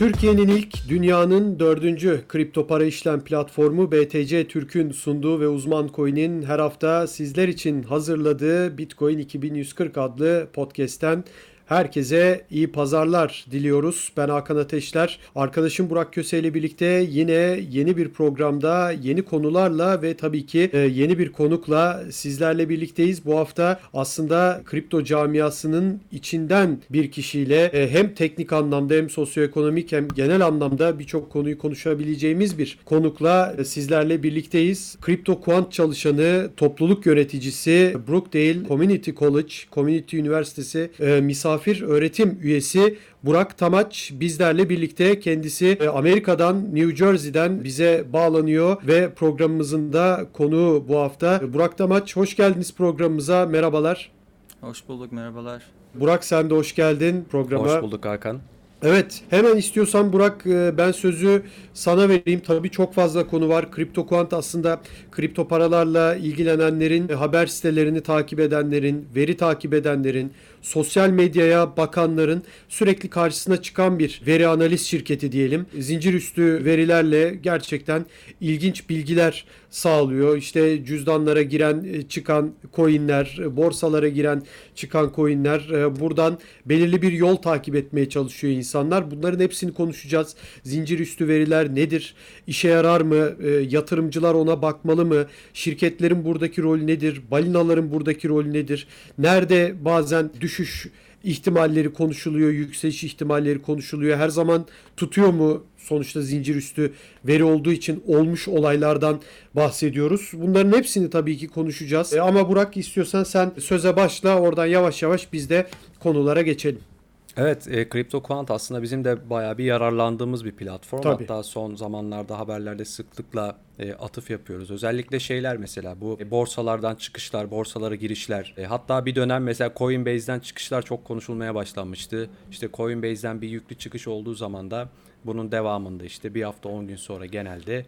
Türkiye'nin ilk, dünyanın dördüncü kripto para işlem platformu BTC Türk'ün sunduğu ve uzman coin'in her hafta sizler için hazırladığı Bitcoin 2140 adlı podcast'ten herkese iyi pazarlar diliyoruz. Ben Hakan Ateşler. Arkadaşım Burak Köse ile birlikte yine yeni bir programda yeni konularla ve tabii ki yeni bir konukla sizlerle birlikteyiz. Bu hafta aslında kripto camiasının içinden bir kişiyle hem teknik anlamda hem sosyoekonomik hem genel anlamda birçok konuyu konuşabileceğimiz bir konukla sizlerle birlikteyiz. Kripto Quant çalışanı, topluluk yöneticisi, Brookdale Community College, Community Üniversitesi misafir öğretim üyesi Burak Tamaç bizlerle birlikte. Kendisi Amerika'dan, New Jersey'den bize bağlanıyor ve programımızın da konuğu bu hafta. Burak Tamaç, hoş geldiniz programımıza. Merhabalar. Hoş bulduk, merhabalar. Burak, sen de hoş geldin programa. Hoş bulduk Hakan. Evet, hemen istiyorsan Burak ben sözü sana vereyim. Tabii çok fazla konu var. Kripto Quant aslında kripto paralarla ilgilenenlerin, haber sitelerini takip edenlerin, veri takip edenlerin, sosyal medyaya bakanların sürekli karşısına çıkan bir veri analiz şirketi diyelim. Zincir üstü verilerle gerçekten ilginç bilgiler sağlıyor. İşte cüzdanlara giren çıkan coinler, borsalara giren çıkan coinler, buradan belirli bir yol takip etmeye çalışıyor insanlar. Bunların hepsini konuşacağız. Zincir üstü veriler nedir? İşe yarar mı? Yatırımcılar ona bakmalı mı? Şirketlerin buradaki rolü nedir? Balinaların buradaki rolü nedir? Nerede bazen düşüş ihtimalleri konuşuluyor, yükseliş ihtimalleri konuşuluyor. Her zaman tutuyor mu? Sonuçta zincir üstü veri olduğu için olmuş olaylardan bahsediyoruz. Bunların hepsini tabii ki konuşacağız. Ama Burak, istiyorsan sen söze başla, oradan yavaş yavaş biz de konulara geçelim. Evet, Crypto Quant aslında bizim de bayağı bir yararlandığımız bir platform. Tabii. Hatta son zamanlarda haberlerde sıklıkla atıf yapıyoruz. Özellikle şeyler mesela bu borsalardan çıkışlar, borsalara girişler. Hatta bir dönem mesela Coinbase'den çıkışlar çok konuşulmaya başlanmıştı. İşte Coinbase'den bir yüklü çıkış olduğu zaman da bunun devamında işte bir hafta 10 gün sonra genelde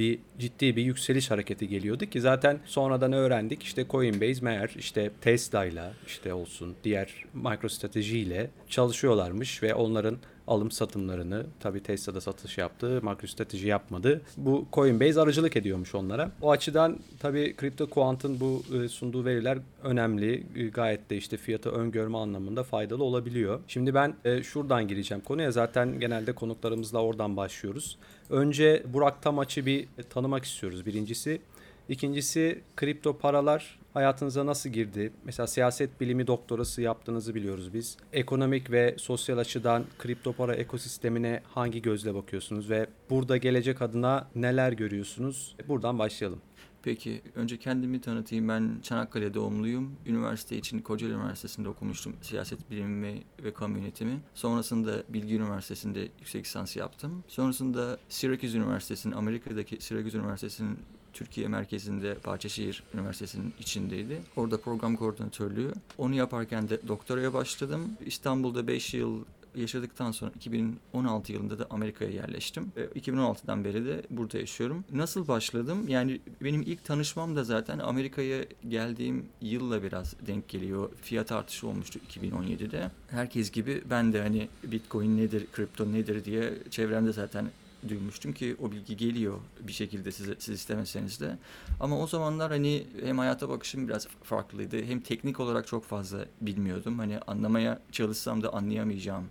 ciddi bir yükseliş hareketi geliyordu ki zaten sonradan öğrendik işte Coinbase meğer işte Tesla'yla işte olsun diğer MicroStrategy ile çalışıyorlarmış ve onların alım satımlarını, tabii Tesla'da satış yaptı, MicroStrategy yapmadı. Bu Coinbase aracılık ediyormuş onlara. O açıdan tabii CryptoQuant'ın bu sunduğu veriler önemli. Gayet de işte fiyatı öngörme anlamında faydalı olabiliyor. Şimdi ben şuradan gireceğim konuya. Zaten genelde konuklarımızla oradan başlıyoruz. Önce Burak Tamaç'ı bir tanımak istiyoruz birincisi. İkincisi, kripto paralar hayatınıza nasıl girdi? Mesela siyaset bilimi doktorası yaptığınızı biliyoruz biz. Ekonomik ve sosyal açıdan kripto para ekosistemine hangi gözle bakıyorsunuz ve burada gelecek adına neler görüyorsunuz? Buradan başlayalım. Peki, önce kendimi tanıtayım. Ben Çanakkale doğumluyum. Üniversite için Kocaeli Üniversitesi'nde okumuştum. Siyaset bilimi ve kamu yönetimi. Sonrasında Bilgi Üniversitesi'nde yüksek lisans yaptım. Sonrasında Syracuse Üniversitesi'nin, Amerika'daki Syracuse Üniversitesi'nin Türkiye merkezinde Bahçeşehir Üniversitesi'nin içindeydi. Orada program koordinatörlüğü. Onu yaparken de doktoraya başladım. İstanbul'da 5 yıl yaşadıktan sonra 2016 yılında da Amerika'ya yerleştim. 2016'dan beri de burada yaşıyorum. Nasıl başladım? Yani benim ilk tanışmam da zaten Amerika'ya geldiğim yılla biraz denk geliyor. Fiyat artışı olmuştu 2017'de. Herkes gibi ben de hani Bitcoin nedir, kripto nedir diye çevremde zaten duymuştum ki o bilgi geliyor bir şekilde siz istemeseniz de. Ama o zamanlar hani hem hayata bakışım biraz farklıydı. Hem teknik olarak çok fazla bilmiyordum. Hani anlamaya çalışsam da anlayamayacağım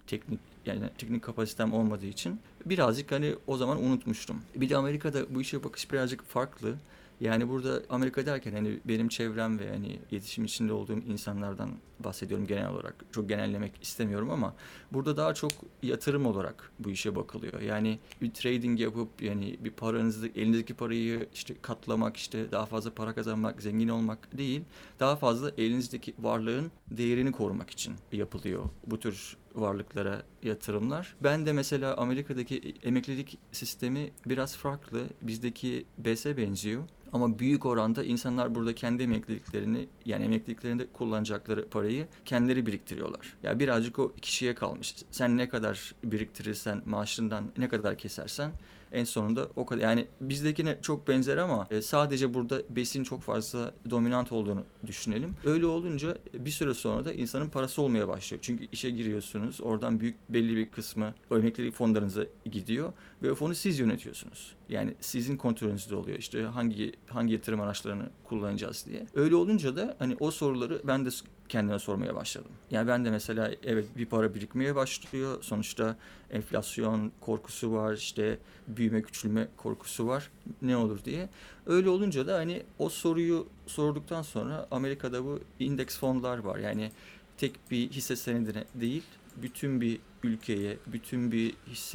teknik kapasitem olmadığı için birazcık hani o zaman unutmuştum. Bir de Amerika'da bu işe bakış birazcık farklı. Yani burada Amerika derken hani benim çevrem ve hani iletişim içinde olduğum insanlardan bahsediyorum genel olarak. Çok genellemek istemiyorum ama burada daha çok yatırım olarak bu işe bakılıyor. Yani bir trading yapıp yani bir elinizdeki parayı işte katlamak, işte daha fazla para kazanmak, zengin olmak değil. Daha fazla elinizdeki varlığın değerini korumak için yapılıyor bu tür varlıklara yatırımlar. Ben de mesela Amerika'daki emeklilik sistemi biraz farklı. Bizdeki BES'e benziyor. Ama büyük oranda insanlar burada kendi emekliliklerini, yani emekliliklerinde kullanacakları parayı kendileri biriktiriyorlar. Ya birazcık o kişiye kalmış. Sen ne kadar biriktirirsen, maaşından ne kadar kesersen En sonunda o kadar. Yani bizdekine çok benzer ama sadece burada besin çok fazla dominant olduğunu düşünelim. Öyle olunca bir süre sonra da insanın parası olmaya başlıyor. Çünkü işe giriyorsunuz. Oradan belli bir kısmı o emeklilik fonlarınıza gidiyor ve o fonu siz yönetiyorsunuz. Yani sizin kontrolünüzde oluyor. İşte hangi yatırım araçlarını kullanacağız diye. Öyle olunca da hani o soruları ben de kendime sormaya başladım. Yani ben de mesela evet bir para birikmeye başlıyor. Sonuçta enflasyon korkusu var, işte büyüme küçülme korkusu var. Ne olur diye. Öyle olunca da hani o soruyu sorduktan sonra Amerika'da bu indeks fonlar var. Yani tek bir hisse senedine değil, bütün bir ülkeye, bütün bir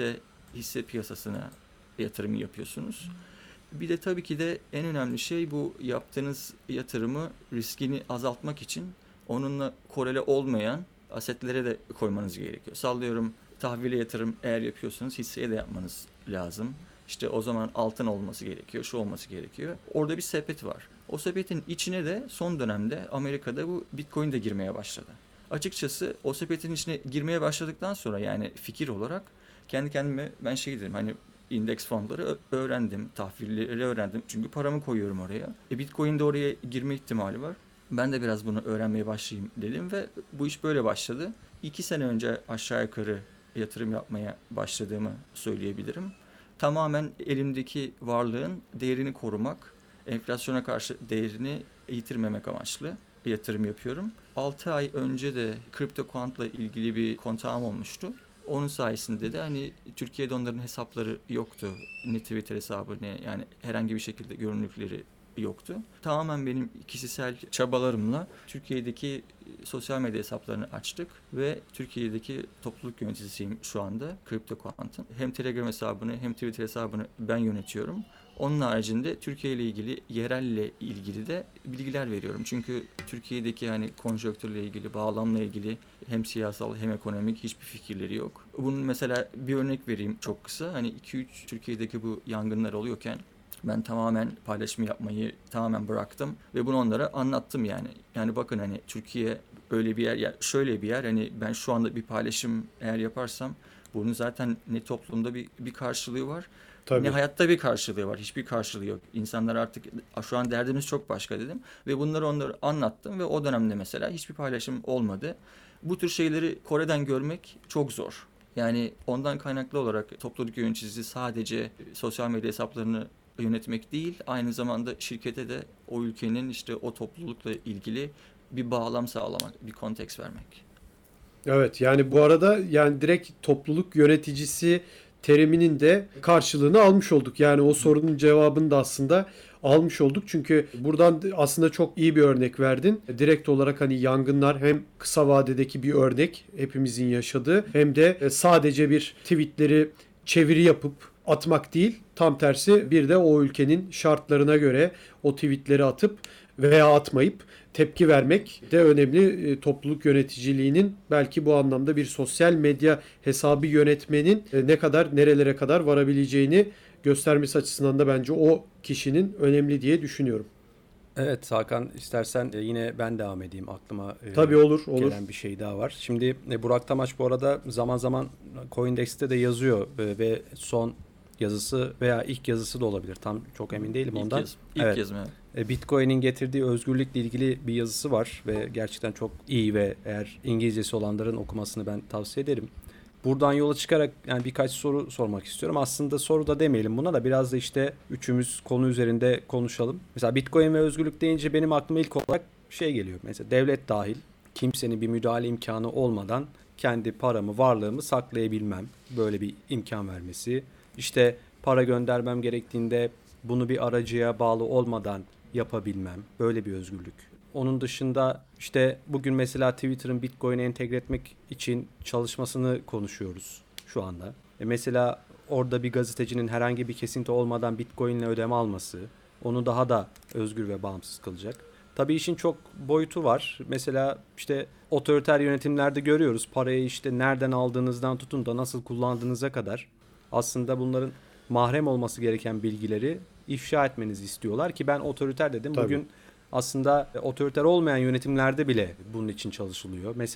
hisse piyasasına yatırım yapıyorsunuz. Bir de tabii ki de en önemli şey bu yaptığınız yatırımı riskini azaltmak için onunla korele olmayan asetlere de koymanız gerekiyor. Sallıyorum tahvile yatırım eğer yapıyorsanız hisseye de yapmanız lazım. İşte o zaman altın olması gerekiyor, şu olması gerekiyor. Orada bir sepet var. O sepetin içine de son dönemde Amerika'da bu Bitcoin de girmeye başladı. Açıkçası o sepetin içine girmeye başladıktan sonra yani fikir olarak kendi kendime ben şey dedim hani indeks fonları öğrendim, tahvilleri öğrendim. Çünkü paramı koyuyorum oraya. Bitcoin de oraya girme ihtimali var. Ben de biraz bunu öğrenmeye başlayayım dedim ve bu iş böyle başladı. 2 sene önce aşağı yukarı yatırım yapmaya başladığımı söyleyebilirim. Tamamen elimdeki varlığın değerini korumak, enflasyona karşı değerini yitirmemek amaçlı yatırım yapıyorum. 6 ay önce de CryptoQuant'la ilgili bir kontağım olmuştu. Onun sayesinde de hani Türkiye'de onların hesapları yoktu. Ne Twitter hesabı ne yani herhangi bir şekilde görünürlükleri yoktu. Tamamen benim kişisel çabalarımla Türkiye'deki sosyal medya hesaplarını açtık ve Türkiye'deki topluluk yöneticisiyim şu anda CryptoQuant'ın. Hem Telegram hesabını hem Twitter hesabını ben yönetiyorum. Onun haricinde Türkiye ile ilgili, yerelle ilgili de bilgiler veriyorum. Çünkü Türkiye'deki hani konjonktürle ilgili, bağlamla ilgili hem siyasal hem ekonomik hiçbir fikirleri yok. Bunun mesela bir örnek vereyim çok kısa. Hani 2-3 Türkiye'deki bu yangınlar oluyorken ben tamamen paylaşım yapmayı tamamen bıraktım ve bunu onlara anlattım yani. Yani bakın hani Türkiye öyle bir yer, yani şöyle bir yer hani ben şu anda bir paylaşım eğer yaparsam bunun zaten ne toplumda bir karşılığı var. Tabii. Ne hayatta bir karşılığı var. Hiçbir karşılığı yok. İnsanlar artık şu an derdimiz çok başka dedim. Ve bunları onlara anlattım ve o dönemde mesela hiçbir paylaşım olmadı. Bu tür şeyleri Kore'den görmek çok zor. Yani ondan kaynaklı olarak topluluk yöneticisi sadece sosyal medya hesaplarını yönetmek değil, aynı zamanda şirkete de o ülkenin işte o toplulukla ilgili bir bağlam sağlamak, bir konteks vermek. Evet, yani bu arada yani direkt topluluk yöneticisi teriminin de karşılığını almış olduk. Yani o sorunun cevabını da aslında almış olduk. Çünkü buradan aslında çok iyi bir örnek verdin. Direkt olarak hani yangınlar hem kısa vadedeki bir örnek hepimizin yaşadığı hem de sadece bir tweetleri çeviri yapıp atmak değil. Tam tersi bir de o ülkenin şartlarına göre o tweetleri atıp veya atmayıp tepki vermek de önemli. Topluluk yöneticiliğinin belki bu anlamda bir sosyal medya hesabı yönetmenin ne kadar nerelere kadar varabileceğini göstermesi açısından da bence o kişinin önemli diye düşünüyorum. Evet Hakan, istersen yine ben devam edeyim, aklıma Tabii olur. gelen bir şey daha var. Şimdi Burak Tamaç bu arada zaman zaman Coindex'te de yazıyor ve son yazısı veya ilk yazısı da olabilir. Tam çok emin değilim ondan. İlk yazım evet. Bitcoin'in getirdiği özgürlükle ilgili bir yazısı var ve gerçekten çok iyi ve eğer İngilizcesi olanların okumasını ben tavsiye ederim. Buradan yola çıkarak yani birkaç soru sormak istiyorum. Aslında soru da demeyelim buna da, biraz da işte üçümüz konu üzerinde konuşalım. Mesela Bitcoin ve özgürlük deyince benim aklıma ilk olarak şey geliyor. Mesela devlet dahil kimsenin bir müdahale imkanı olmadan kendi paramı, varlığımı saklayabilmem. Böyle bir imkan vermesi. İşte para göndermem gerektiğinde bunu bir aracıya bağlı olmadan yapabilmem. Böyle bir özgürlük. Onun dışında işte bugün mesela Twitter'ın Bitcoin'e entegre etmek için çalışmasını konuşuyoruz şu anda. Mesela orada bir gazetecinin herhangi bir kesinti olmadan Bitcoin'le ödeme alması onu daha da özgür ve bağımsız kılacak. Tabii işin çok boyutu var. Mesela işte otoriter yönetimlerde görüyoruz. Parayı işte nereden aldığınızdan tutun da nasıl kullandığınıza kadar aslında bunların mahrem olması gereken bilgileri ifşa etmenizi istiyorlar ki ben otoriter dedim. Tabii. Bugün aslında otoriter olmayan yönetimlerde bile bunun için çalışılıyor. Mesela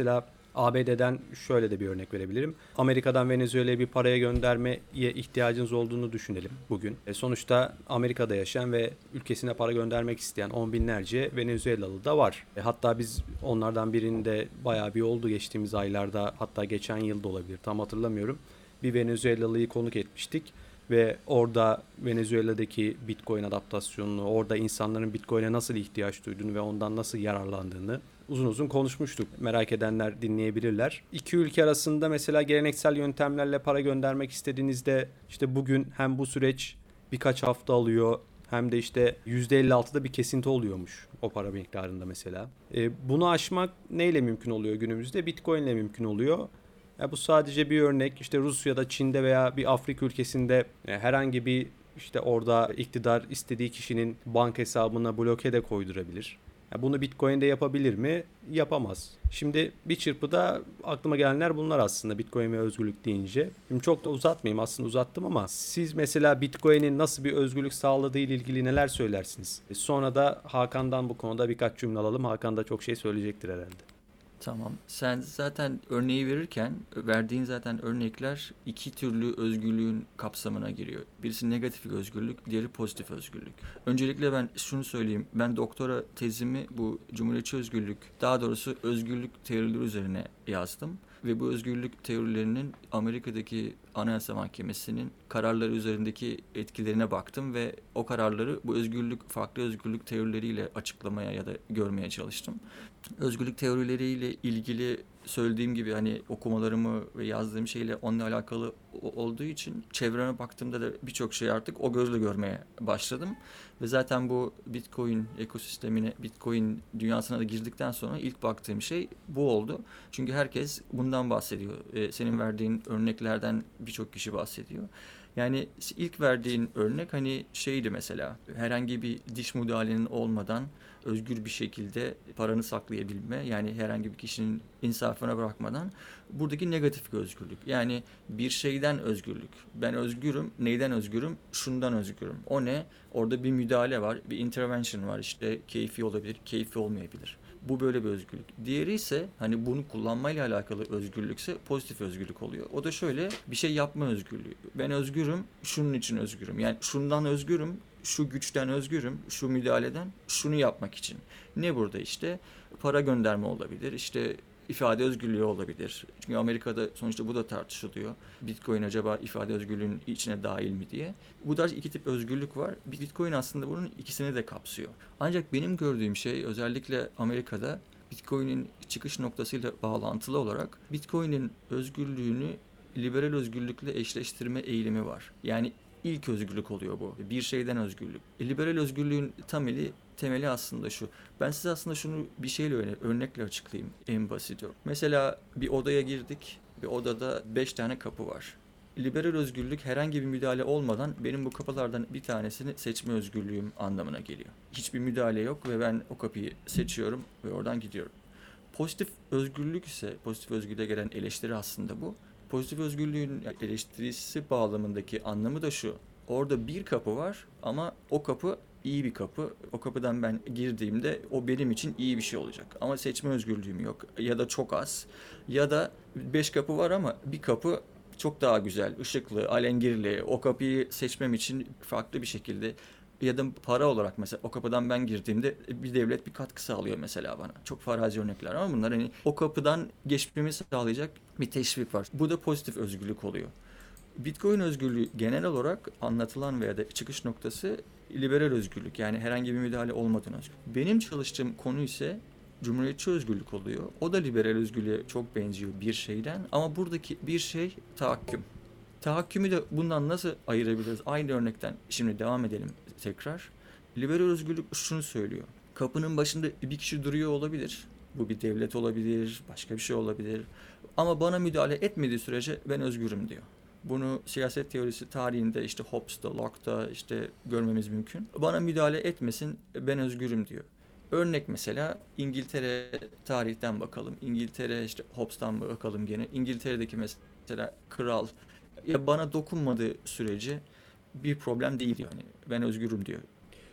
ABD'den şöyle de bir örnek verebilirim. Amerika'dan Venezuela'ya bir paraya göndermeye ihtiyacınız olduğunu düşünelim bugün. Sonuçta Amerika'da yaşayan ve ülkesine para göndermek isteyen on binlerce Venezuelalı da var. Hatta biz onlardan birinde bayağı bir oldu geçtiğimiz aylarda, hatta geçen yılda olabilir, tam hatırlamıyorum. Bir Venezuelalı'yı konuk etmiştik ve orada Venezuela'daki Bitcoin adaptasyonunu, orada insanların Bitcoin'e nasıl ihtiyaç duyduğunu ve ondan nasıl yararlandığını uzun uzun konuşmuştuk. Merak edenler dinleyebilirler. İki ülke arasında mesela geleneksel yöntemlerle para göndermek istediğinizde işte bugün hem bu süreç birkaç hafta alıyor hem de işte %56'da bir kesinti oluyormuş o para miktarında mesela. Bunu aşmak neyle mümkün oluyor günümüzde? Bitcoin ile mümkün oluyor. Bu sadece bir örnek. İşte Rusya'da, Çin'de veya bir Afrika ülkesinde herhangi bir işte orada iktidar istediği kişinin banka hesabına bloke de koydurabilir. Bunu Bitcoin'de yapabilir mi? Yapamaz. Şimdi bir çırpıda aklıma gelenler bunlar aslında Bitcoin ve özgürlük deyince. Şimdi çok da uzatmayayım, aslında uzattım ama siz mesela Bitcoin'in nasıl bir özgürlük sağladığı ile ilgili neler söylersiniz? Sonra da Hakan'dan bu konuda birkaç cümle alalım. Hakan da çok şey söyleyecektir herhalde. Tamam. Sen zaten örneği verirken verdiğin zaten örnekler iki türlü özgürlüğün kapsamına giriyor. Birisi negatif özgürlük, diğeri pozitif özgürlük. Öncelikle ben şunu söyleyeyim. Ben doktora tezimi bu cumhuriyetçi özgürlük, daha doğrusu özgürlük teorileri üzerine yazdım. Ve bu özgürlük teorilerinin Amerika'daki Anayasa Mahkemesi'nin kararları üzerindeki etkilerine baktım ve o kararları bu farklı özgürlük teorileriyle açıklamaya ya da görmeye çalıştım. Özgürlük teorileriyle ilgili söylediğim gibi hani okumalarımı ve yazdığım şeyle onunla alakalı olduğu için çevreme baktığımda da birçok şey artık o gözle görmeye başladım. Ve zaten bu Bitcoin ekosistemine, Bitcoin dünyasına da girdikten sonra ilk baktığım şey bu oldu. Çünkü herkes bundan bahsediyor. Senin verdiğin örneklerden birçok kişi bahsediyor. Yani ilk verdiğin örnek hani şeydi mesela, herhangi bir diş müdahalenin olmadan özgür bir şekilde paranı saklayabilme, yani herhangi bir kişinin insafına bırakmadan, buradaki negatif özgürlük. Yani bir şeyden özgürlük. Ben özgürüm. Neyden özgürüm? Şundan özgürüm. O ne? Orada bir müdahale var, bir intervention var. İşte keyfi olabilir, keyfi olmayabilir. Bu böyle bir özgürlük. Diğeri ise hani bunu kullanmayla alakalı özgürlükse pozitif özgürlük oluyor. O da şöyle bir şey yapma özgürlüğü. Ben özgürüm, şunun için özgürüm. Yani şundan özgürüm, şu güçten özgürüm, şu müdahaleden, şunu yapmak için. Ne burada işte? Para gönderme olabilir, işte ifade özgürlüğü olabilir. Çünkü Amerika'da sonuçta bu da tartışılıyor. Bitcoin acaba ifade özgürlüğünün içine dahil mi diye. Bu tarz iki tip özgürlük var. Bitcoin aslında bunun ikisini de kapsıyor. Ancak benim gördüğüm şey özellikle Amerika'da Bitcoin'in çıkış noktasıyla bağlantılı olarak Bitcoin'in özgürlüğünü liberal özgürlükle eşleştirme eğilimi var. Yani ilk özgürlük oluyor bu. Bir şeyden özgürlük. Liberal özgürlüğün temeli aslında şu. Ben size aslında şunu bir şeyle örnekle açıklayayım en basiti. Mesela bir odaya girdik. Bir odada 5 tane kapı var. Liberal özgürlük herhangi bir müdahale olmadan benim bu kapılardan bir tanesini seçme özgürlüğüm anlamına geliyor. Hiçbir müdahale yok ve ben o kapıyı seçiyorum ve oradan gidiyorum. Pozitif özgürlük ise, pozitif özgürlüğe gelen eleştiri aslında bu. Pozitif özgürlüğün eleştirisi bağlamındaki anlamı da şu. Orada bir kapı var ama o kapı iyi bir kapı. O kapıdan ben girdiğimde o benim için iyi bir şey olacak. Ama seçme özgürlüğüm yok ya da çok az. Ya da 5 kapı var ama bir kapı çok daha güzel, ışıklı, alengirli. O kapıyı seçmem için farklı bir şekilde ya da para olarak mesela o kapıdan ben girdiğimde bir devlet bir katkı sağlıyor mesela bana. Çok farazi örnekler ama bunlar hani o kapıdan geçmemi sağlayacak bir teşvik var. Bu da pozitif özgürlük oluyor. Bitcoin özgürlüğü genel olarak anlatılan veya da çıkış noktası liberal özgürlük. Yani herhangi bir müdahale olmadan özgürlük. Benim çalıştığım konu ise cumhuriyetçi özgürlük oluyor. O da liberal özgürlüğe çok benziyor bir şeyden ama buradaki bir şey tahakküm. Tahakkümü de bundan nasıl ayırabiliriz? Aynı örnekten şimdi devam edelim tekrar. Liberal özgürlük şunu söylüyor. Kapının başında bir kişi duruyor olabilir. Bu bir devlet olabilir, başka bir şey olabilir. Ama bana müdahale etmediği sürece ben özgürüm diyor. Bunu siyaset teorisi tarihinde işte Hobbes'ta, Locke'da işte görmemiz mümkün. Bana müdahale etmesin, ben özgürüm diyor. Örnek mesela İngiltere tarihten bakalım. İngiltere işte Hobbes'tan bakalım gene. İngiltere'deki mesela kral ya bana dokunmadığı sürece bir problem değil diyor. Yani ben özgürüm diyor.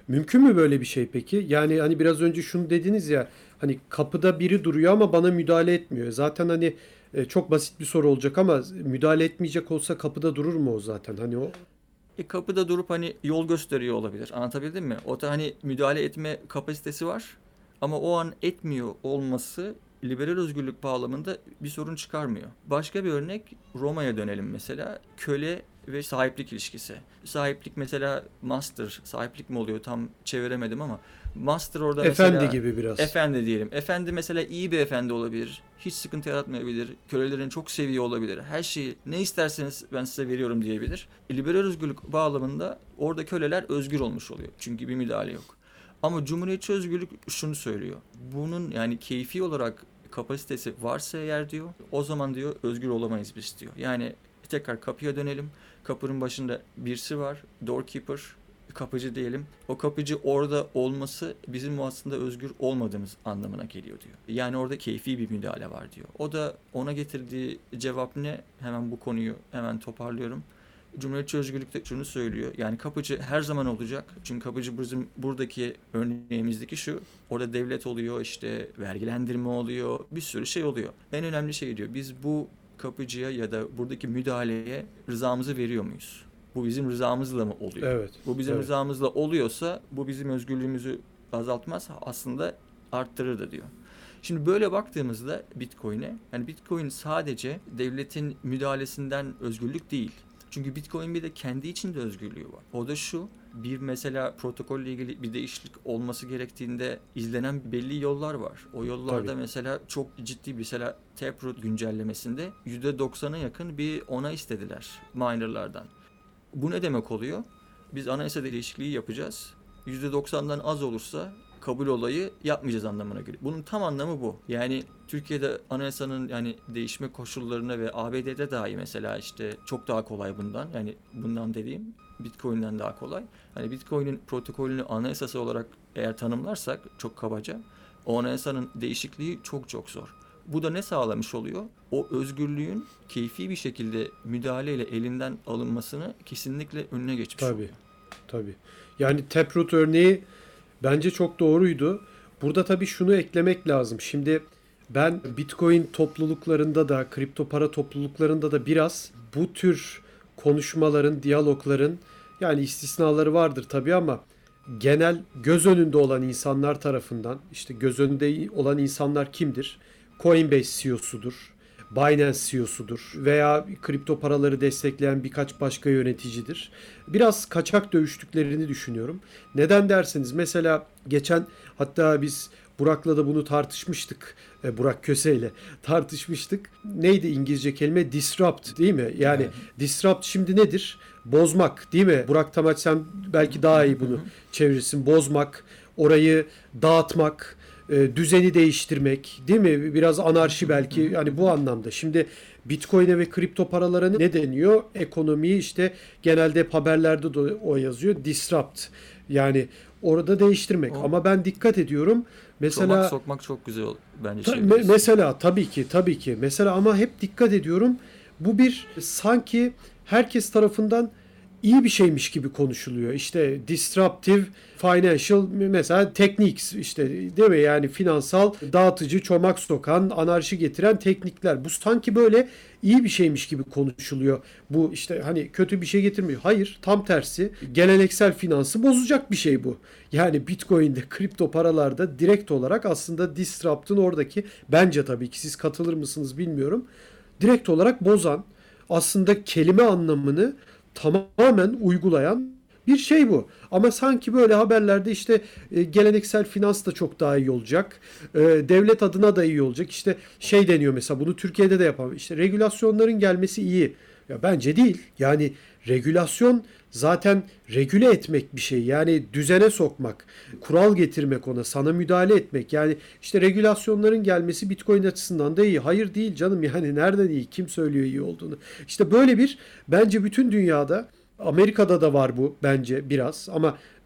Mümkün mü böyle bir şey peki? Yani hani biraz önce şunu dediniz ya, hani kapıda biri duruyor ama bana müdahale etmiyor. Zaten hani çok basit bir soru olacak ama müdahale etmeyecek olsa kapıda durur mu o zaten? Hani o Kapıda durup hani yol gösteriyor olabilir. Anlatabildim mi? O da hani müdahale etme kapasitesi var. Ama o an etmiyor olması liberal özgürlük bağlamında bir sorun çıkarmıyor. Başka bir örnek, Roma'ya dönelim mesela. Köle ve sahiplik ilişkisi. Sahiplik mesela master, sahiplik mi oluyor tam çeviremedim ama master orada efendi mesela gibi biraz. efendi diyelim. Efendi mesela iyi bir efendi olabilir. Hiç sıkıntı yaratmayabilir. Kölelerini çok seviyor olabilir. Her şeyi ne isterseniz ben size veriyorum diyebilir. Liberal özgürlük bağlamında orada köleler özgür olmuş oluyor. Çünkü bir müdahale yok. Ama cumhuriyetçi özgürlük şunu söylüyor. Bunun yani keyfi olarak kapasitesi varsa eğer diyor, o zaman diyor özgür olamayız biz diyor. Yani tekrar kapıya dönelim. Kapının başında birisi var. Doorkeeper, kapıcı diyelim. O kapıcı orada olması bizim aslında özgür olmadığımız anlamına geliyor diyor. Yani orada keyfi bir müdahale var diyor. O da ona getirdiği cevap ne? Hemen bu konuyu hemen toparlıyorum. Cumhuriyetçi özgürlükte şunu söylüyor. Yani kapıcı her zaman olacak. Çünkü kapıcı bizim buradaki örneğimizdeki şu. Orada devlet oluyor, işte vergilendirme oluyor, bir sürü şey oluyor. En önemli şey diyor. Biz bu kapıcıya ya da buradaki müdahaleye rızamızı veriyor muyuz? Bu bizim rızamızla mı oluyor? Evet. Bu bizim Evet. rızamızla oluyorsa bu bizim özgürlüğümüzü azaltmaz, aslında arttırır da diyor. Şimdi böyle baktığımızda Bitcoin'e, yani Bitcoin sadece devletin müdahalesinden özgürlük değil. Çünkü Bitcoin bir de kendi içinde özgürlüğü var. O da şu, bir mesela protokolle ilgili bir değişiklik olması gerektiğinde izlenen belli yollar var. O yollarda Tabii. mesela çok ciddi mesela Taproot güncellemesinde %90'a yakın bir onay istediler minerlardan. Bu ne demek oluyor? Biz anayasa değişikliği yapacağız. %90'dan az olursa kabul olayı yapmayacağız anlamına geliyor. Bunun tam anlamı bu. Yani Türkiye'de anayasanın yani değişme koşullarına ve ABD'de dahi mesela işte çok daha kolay bundan. Yani bundan dediğim Bitcoin'den daha kolay. Hani Bitcoin'in protokolünü anayasası olarak eğer tanımlarsak çok kabaca o anayasanın değişikliği çok çok zor. Bu da ne sağlamış oluyor? O özgürlüğün keyfi bir şekilde müdahaleyle elinden alınmasını kesinlikle önüne geçmiş Tabii. oluyor. Tabii. Yani Taproot örneği bence çok doğruydu. Burada tabii şunu eklemek lazım. Şimdi ben Bitcoin topluluklarında da, kripto para topluluklarında da biraz bu tür konuşmaların, diyalogların, yani istisnaları vardır tabii ama genel göz önünde olan insanlar tarafından, işte göz önünde olan insanlar kimdir? Coinbase CEO'sudur. Binance CEO'sudur veya kripto paraları destekleyen birkaç başka yöneticidir. Biraz kaçak dövüştüklerini düşünüyorum. Neden derseniz, mesela geçen, hatta biz Burak'la da bunu tartışmıştık. Burak Köse'yle tartışmıştık. Neydi İngilizce kelime? Disrupt, değil mi? Yani Evet. disrupt şimdi nedir? Bozmak, değil mi? Burak Tamaç, sen belki daha iyi bunu çevirirsin. Bozmak, orayı dağıtmak, düzeni değiştirmek, değil mi? Biraz anarşi belki, yani bu anlamda. Şimdi Bitcoin'e ve kripto paralara ne deniyor? Ekonomiyi işte genelde hep haberlerde de o yazıyor. Disrupt. Yani orada değiştirmek. O Ama ben dikkat ediyorum. Mesela çomak sokmak çok güzel bence çevirisi. mesela tabii ki mesela, ama hep dikkat ediyorum. Bu bir sanki herkes tarafından iyi bir şeymiş gibi konuşuluyor. İşte disruptive financial mesela techniques, işte değil mi? Yani finansal dağıtıcı, çomak sokan, anarşi getiren teknikler. Bu sanki böyle iyi bir şeymiş gibi konuşuluyor. Bu işte hani kötü bir şey getirmiyor. Hayır, tam tersi. Geleneksel finansı bozacak bir şey bu. Yani Bitcoin'de, kripto paralarda direkt olarak aslında disrupt'ın oradaki, bence tabii ki siz katılır mısınız bilmiyorum, direkt olarak bozan, aslında kelime anlamını tamamen uygulayan bir şey bu. Ama sanki böyle haberlerde işte geleneksel finans da çok daha iyi olacak. Devlet adına da iyi olacak. İşte şey deniyor mesela, bunu Türkiye'de de yapalım. İşte regülasyonların gelmesi iyi. Ya bence değil. Yani regülasyon zaten regüle etmek bir şey. Yani düzene sokmak, kural getirmek ona, sana müdahale etmek. Yani işte regülasyonların gelmesi Bitcoin açısından da iyi. Hayır değil canım, yani nereden iyi? Kim söylüyor iyi olduğunu? İşte böyle bir, bence bütün dünyada, Amerika'da da var bu bence biraz, ama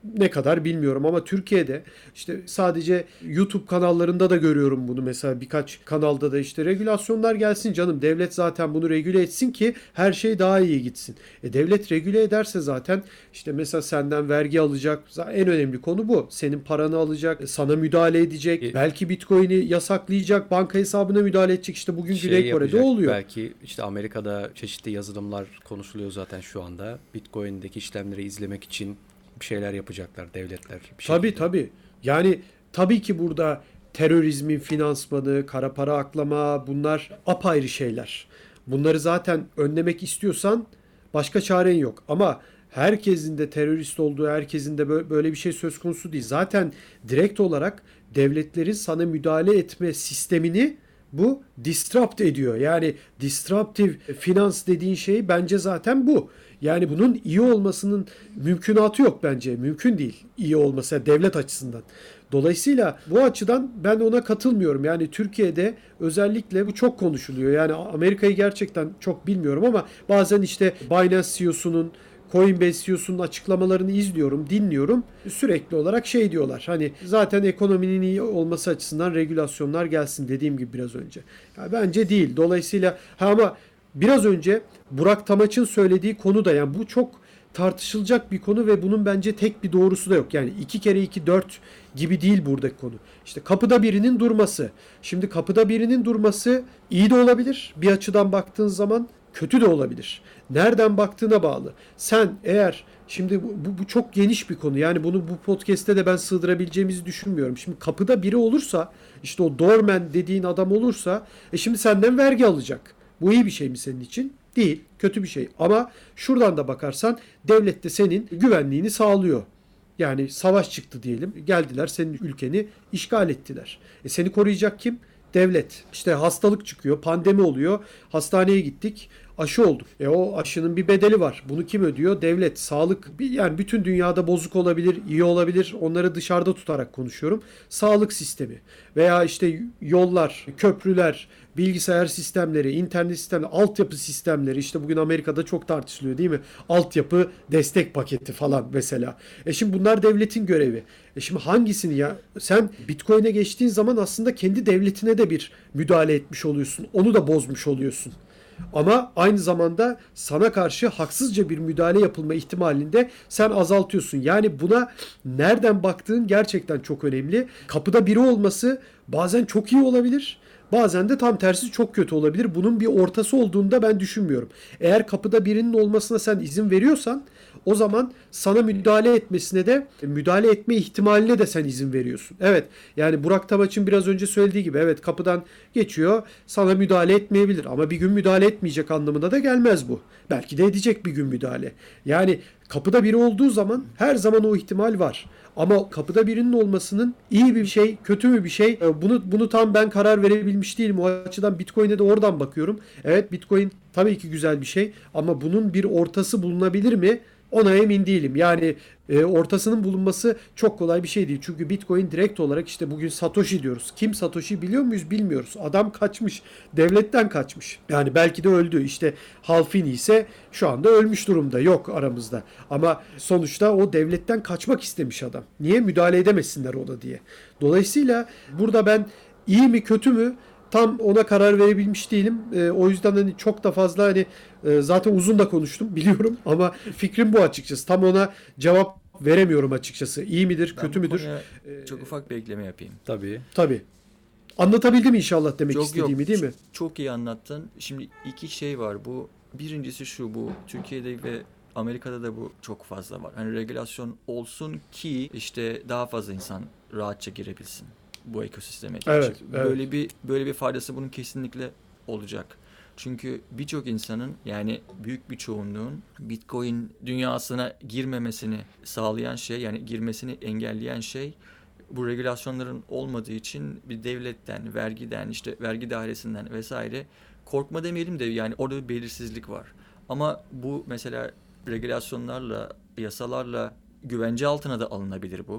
ne kadar bilmiyorum ama Türkiye'de işte sadece YouTube kanallarında da görüyorum bunu. Mesela birkaç kanalda da işte regülasyonlar gelsin canım. Devlet zaten bunu regüle etsin ki her şey daha iyi gitsin. Devlet regüle ederse zaten işte mesela senden vergi alacak. En önemli konu bu. Senin paranı alacak, sana müdahale edecek. Belki Bitcoin'i yasaklayacak, banka hesabına müdahale edecek. İşte bugün Güney Kore'de yapacak, oluyor. belki işte Amerika'da çeşitli yazılımlar konuşuluyor zaten şu anda. Bitcoin'deki işlemleri izlemek için bir şeyler yapacaklar devletler. Tabii. Yani tabii ki burada terörizmin finansmanı, kara para aklama bunlar apayrı şeyler. Bunları zaten önlemek istiyorsan başka çaren yok. Ama herkesin de terörist olduğu, herkesin de böyle bir şey söz konusu değil. Zaten direkt olarak devletlerin sana müdahale etme sistemini bu disrupt ediyor. Yani disruptive finans dediğin şey bence zaten bu. Yani bunun iyi olmasının mümkünatı yok bence. Mümkün değil iyi olması devlet açısından. Dolayısıyla bu açıdan ben ona katılmıyorum. Yani Türkiye'de özellikle bu çok konuşuluyor. Yani Amerika'yı gerçekten çok bilmiyorum ama bazen işte Binance CEO'sunun, Coinbase CEO'sunun açıklamalarını izliyorum, dinliyorum. Sürekli olarak şey diyorlar. Hani zaten ekonominin iyi olması açısından regülasyonlar gelsin dediğim gibi biraz önce. Ya bence değil. Dolayısıyla ama biraz önce Burak Tamaç'ın söylediği konu da yani bu çok tartışılacak bir konu ve bunun bence tek bir doğrusu da yok. Yani 2 kere 2 4 gibi değil buradaki konu. İşte kapıda birinin durması. Şimdi kapıda birinin durması iyi de olabilir. Bir açıdan baktığın zaman kötü de olabilir. Nereden baktığına bağlı. Sen eğer şimdi bu çok geniş bir konu. Yani bunu bu podcast'te de ben sığdırabileceğimizi düşünmüyorum. Şimdi kapıda biri olursa işte o doorman dediğin adam olursa şimdi senden vergi alacak. Bu iyi bir şey mi senin için? Değil. Kötü bir şey. Ama şuradan da bakarsan devlet de senin güvenliğini sağlıyor. Yani savaş çıktı diyelim. Geldiler senin ülkeni işgal ettiler. Seni koruyacak kim? Devlet. İşte hastalık çıkıyor, pandemi oluyor. Hastaneye gittik. Aşı olduk. O aşının bir bedeli var. Bunu kim ödüyor? Devlet. Sağlık yani bütün dünyada bozuk olabilir, iyi olabilir. Onları dışarıda tutarak konuşuyorum. Sağlık sistemi veya işte yollar, köprüler, bilgisayar sistemleri, internet sistemleri, altyapı sistemleri işte bugün Amerika'da çok tartışılıyor değil mi? Altyapı destek paketi falan mesela. Şimdi bunlar devletin görevi. Şimdi hangisini ya sen Bitcoin'e geçtiğin zaman aslında kendi devletine de bir müdahale etmiş oluyorsun. Onu da bozmuş oluyorsun. Ama aynı zamanda sana karşı haksızca bir müdahale yapılma ihtimalini de sen azaltıyorsun. Yani buna nereden baktığın gerçekten çok önemli. Kapıda biri olması bazen çok iyi olabilir. Bazen de tam tersi çok kötü olabilir. Bunun bir ortası olduğunu da ben düşünmüyorum. Eğer kapıda birinin olmasına sen izin veriyorsan o zaman sana müdahale etmesine de müdahale etme ihtimaline de sen izin veriyorsun. Evet yani Burak Tamaç'ın biraz önce söylediği gibi evet kapıdan geçiyor sana müdahale etmeyebilir ama bir gün müdahale etmeyecek anlamına da gelmez bu. Belki de edecek bir gün müdahale. Yani kapıda biri olduğu zaman her zaman o ihtimal var. Ama kapıda birinin olmasının iyi bir şey, kötü mü bir şey? Bunu tam ben karar verebilmiş değilim. O açıdan Bitcoin'e de oradan bakıyorum. Evet Bitcoin tabii ki güzel bir şey ama bunun bir ortası bulunabilir mi? Ona emin değilim. Yani ortasının bulunması çok kolay bir şey değil. Çünkü Bitcoin direkt olarak işte bugün Satoshi diyoruz. Kim Satoshi biliyor muyuz? Bilmiyoruz. Adam kaçmış. Devletten kaçmış. Yani belki de öldü. İşte Halfini ise şu anda ölmüş durumda. Yok aramızda. Ama sonuçta o devletten kaçmak istemiş adam. Niye? Müdahale edemesinler ona diye. Dolayısıyla burada ben iyi mi kötü mü tam ona karar verebilmiş değilim. O yüzden hani çok da fazla hani zaten uzun da konuştum biliyorum ama fikrim bu açıkçası. Tam ona cevap veremiyorum açıkçası. İyi midir, Ben kötü bu müdür? konuya çok ufak bir ekleme yapayım. Tabii. Tabii. Anlatabildim inşallah demek Yok istediğimi değil mi? çok iyi anlattın. Şimdi iki şey var. Bu birincisi şu bu Türkiye'de ve Amerika'da da bu çok fazla var. Hani regülasyon olsun ki işte daha fazla insan rahatça girebilsin bu ekosisteme. Evet, evet. Böyle bir faydası bunun kesinlikle olacak. Çünkü birçok insanın yani büyük bir çoğunluğun Bitcoin dünyasına girmemesini sağlayan şey yani girmesini engelleyen şey bu regülasyonların olmadığı için bir devletten, vergiden, işte vergi dairesinden vesaire korkma demeyelim de yani orada bir belirsizlik var. Ama bu mesela regülasyonlarla, yasalarla güvence altına da alınabilir bu.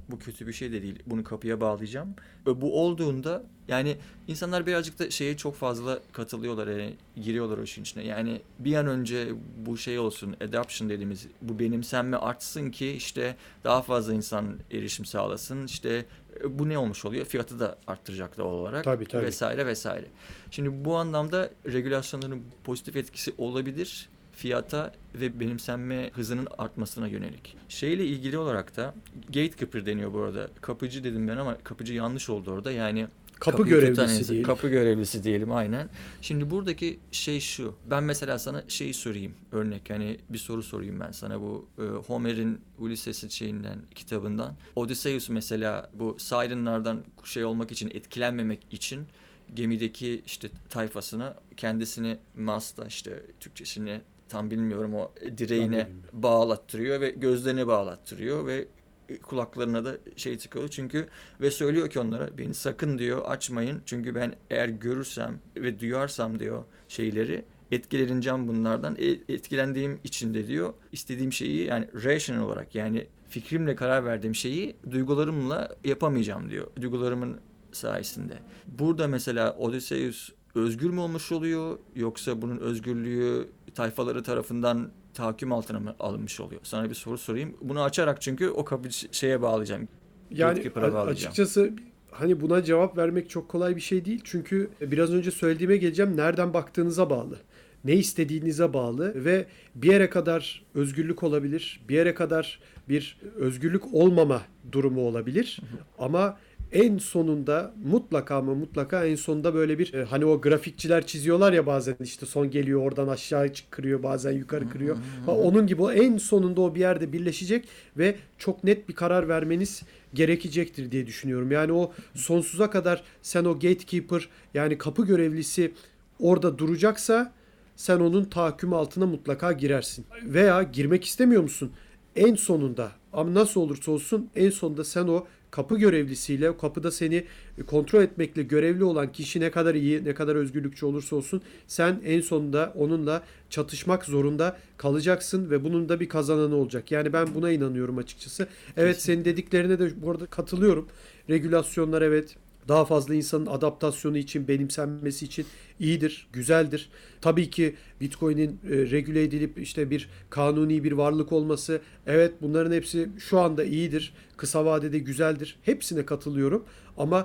Bu kötü bir şey de değil. Bunu kapıya bağlayacağım. Bu olduğunda yani insanlar birazcık da şeye çok fazla katılıyorlar. Yani giriyorlar o işin içine. Yani bir an önce bu şey olsun, adoption dediğimiz bu benimsenme artsın ki işte daha fazla insan erişim sağlasın. İşte bu ne olmuş oluyor? Fiyatı da arttıracak doğal olarak. Tabii, tabii. Vesaire vesaire. Şimdi bu anlamda regülasyonların pozitif etkisi olabilir fiyata ve benimsenme hızının artmasına yönelik. Şeyle ilgili olarak da gatekeeper deniyor bu arada. Kapıcı dedim ben ama kapıcı yanlış oldu orada. Yani Kapı kapıyı görevlisi tutan insan. diyelim. Kapı görevlisi diyelim aynen. Şimdi buradaki şey şu. Ben mesela sana şeyi sorayım. Örnek yani bir soru sorayım ben sana bu Homer'in Ulysses'in kitabından. Odysseus mesela bu Sirenlardan şey olmak için, etkilenmemek için gemideki işte tayfasına kendisini masta işte Türkçesini tam bilmiyorum o direğine bağlattırıyor ve gözlerini bağlattırıyor ve kulaklarına da şey tıkalı çünkü ve söylüyor ki onlara beni sakın diyor açmayın çünkü ben eğer görürsem ve duyarsam diyor şeyleri etkileneceğim bunlardan etkilendiğim için de diyor istediğim şeyi yani rational olarak yani fikrimle karar verdiğim şeyi duygularımla yapamayacağım diyor duygularımın sayesinde. Burada mesela Odysseus özgür mü olmuş oluyor yoksa bunun özgürlüğü tayfaları tarafından tahakküm altına mı alınmış oluyor? Sana bir soru sorayım. Bunu açarak çünkü o kapı şeye bağlayacağım. Yani Bağlayacağım. açıkçası hani buna cevap vermek çok kolay bir şey değil. Çünkü biraz önce söylediğime geleceğim. Nereden baktığınıza bağlı. Ne istediğinize bağlı ve bir yere kadar özgürlük olabilir. Bir yere kadar bir özgürlük olmama durumu olabilir. Ama en sonunda mutlaka en sonunda böyle bir hani o grafikçiler çiziyorlar ya bazen işte son geliyor oradan aşağı kırıyor bazen yukarı kırıyor. Onun gibi o en sonunda o bir yerde birleşecek ve çok net bir karar vermeniz gerekecektir diye düşünüyorum. Yani o sonsuza kadar sen o gatekeeper yani kapı görevlisi orada duracaksa sen onun tahakküm altına mutlaka girersin. Veya girmek istemiyor musun? En sonunda ama nasıl olursa olsun en sonunda sen o kapı görevlisiyle o kapıda seni kontrol etmekle görevli olan kişi ne kadar iyi, ne kadar özgürlükçü olursa olsun sen en sonunda onunla çatışmak zorunda kalacaksın ve bunun da bir kazananı olacak. Yani ben buna inanıyorum açıkçası. Evet senin dediklerine de bu arada katılıyorum. Regülasyonlar evet daha fazla insanın adaptasyonu için, benimsenmesi için iyidir, güzeldir. Tabii ki Bitcoin'in regüle edilip işte bir kanuni bir varlık olması, evet bunların hepsi şu anda iyidir, kısa vadede güzeldir. Hepsine katılıyorum ama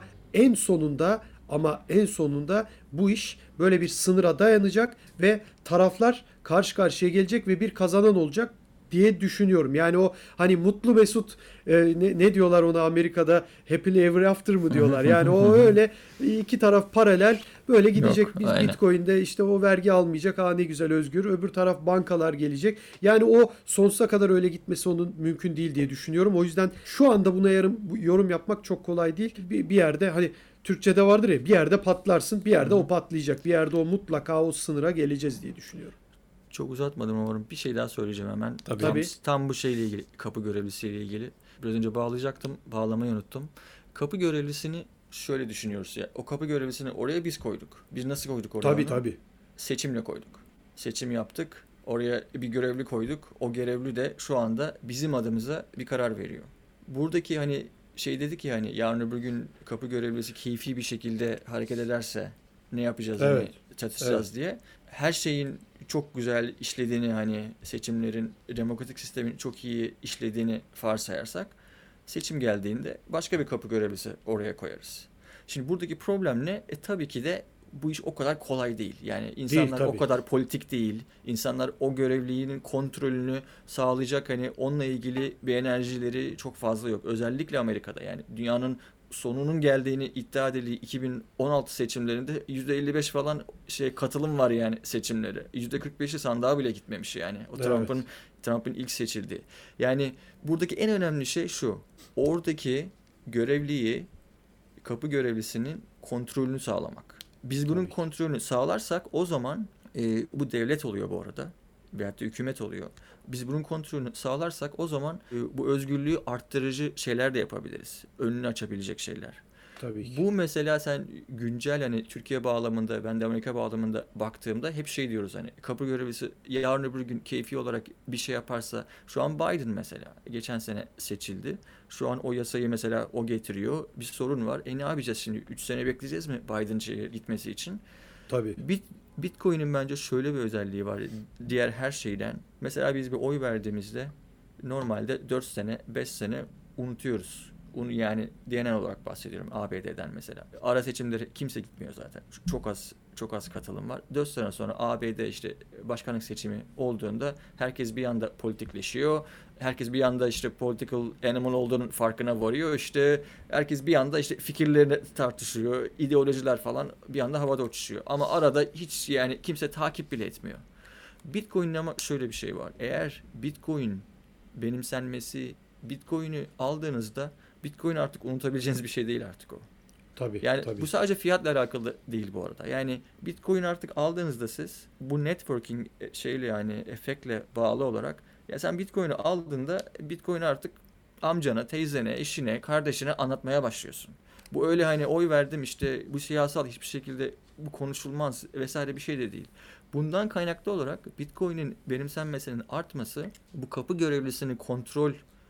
en sonunda bu iş böyle bir sınıra dayanacak ve taraflar karşı karşıya gelecek ve bir kazanan olacak diye düşünüyorum. Yani o hani mutlu mesut ne diyorlar ona Amerika'da happily ever after mı diyorlar. Yani o öyle iki taraf paralel böyle gidecek. Yok, Biz aynen. Bitcoin'de işte o vergi almayacak. Ne güzel özgür. Öbür taraf bankalar gelecek. Yani o sonsuza kadar öyle gitmesi onun mümkün değil diye düşünüyorum. O yüzden şu anda buna yorum yapmak çok kolay değil. Bir yerde hani Türkçe'de vardır ya bir yerde patlarsın bir yerde o patlayacak. Bir yerde o mutlaka o sınıra geleceğiz diye düşünüyorum. Çok uzatmadım umarım. Bir şey daha söyleyeceğim hemen. Tabii. Tam bu şeyle ilgili, kapı görevlisiyle ilgili. Biraz önce bağlayacaktım, bağlamayı unuttum. Kapı görevlisini şöyle düşünüyoruz ya. O kapı görevlisini oraya biz koyduk. Biz nasıl koyduk oraya onu? Tabii. Seçimle koyduk. Seçim yaptık. Oraya bir görevli koyduk. O görevli de şu anda bizim adımıza bir karar veriyor. Buradaki hani şey dedik ya hani yarın öbür gün kapı görevlisi keyfi bir şekilde hareket ederse ne yapacağız Evet. hani çatışacağız diye. Her şeyin çok güzel işlediğini hani seçimlerin demokratik sistemin çok iyi işlediğini varsayarsak seçim geldiğinde başka bir kapı görevlisi oraya koyarız. Şimdi buradaki problem ne? Tabii ki de bu iş o kadar kolay değil. Yani insanlar tabii. o kadar politik değil. İnsanlar o görevlinin kontrolünü sağlayacak hani onunla ilgili bir enerjileri çok fazla yok. Özellikle Amerika'da yani dünyanın sonunun geldiğini iddia edildiği 2016 seçimlerinde %55 falan katılım var yani seçimlere. %45'i sandığa bile gitmemiş yani. O Evet. Trump'ın ilk seçildiği. Yani buradaki en önemli şey şu. Oradaki görevliyi, kapı görevlisinin kontrolünü sağlamak. Biz bunun Tabii ki. kontrolünü sağlarsak o zaman bu devlet oluyor bu arada. Veyahut da hükümet oluyor. Biz bunun kontrolünü sağlarsak o zaman bu özgürlüğü arttırıcı şeyler de yapabiliriz. Önünü açabilecek şeyler. Tabii ki. Bu mesela sen güncel hani Türkiye bağlamında, ben de Amerika bağlamında baktığımda hep şey diyoruz, hani kapı görevlisi yarın öbür gün keyfi olarak bir şey yaparsa, şu an Biden mesela geçen sene seçildi. Şu an o yasayı mesela o getiriyor. Bir sorun var. Ne yapacağız şimdi? 3 sene bekleyeceğiz mi Biden şeye gitmesi için? Tabii. Bitcoin'in bence şöyle bir özelliği var diğer her şeyden. Mesela biz bir oy verdiğimizde normalde 4 sene, 5 sene unutuyoruz. Yani genel olarak bahsediyorum, ABD'den mesela. Ara seçimleri kimse gitmiyor zaten. Çok az katılım var. 4 sene sonra ABD işte başkanlık seçimi olduğunda herkes bir anda politikleşiyor. Herkes bir anda işte political animal olduğunun farkına varıyor. İşte herkes bir anda işte fikirlerini tartışıyor. İdeolojiler falan bir anda havada uçuşuyor. Ama arada hiç yani kimse takip bile etmiyor. Bitcoin'in ama şöyle bir şey var. Eğer Bitcoin benimsenmesi, Bitcoin'i aldığınızda Bitcoin artık unutabileceğiniz bir şey değil artık o. Tabii. Yani Tabii. bu sadece fiyatla alakalı değil bu arada. Yani Bitcoin artık aldığınızda siz bu networking şeyle, yani efektle bağlı olarak, ya sen Bitcoin'i aldığında Bitcoin artık amcana, teyzene, eşine, kardeşine anlatmaya başlıyorsun. Bu öyle hani oy verdim işte, bu siyasal, hiçbir şekilde bu konuşulmaz vesaire bir şey de değil. Bundan kaynaklı olarak Bitcoin'in benimsenmesinin artması, bu kapı görevlisini kontrol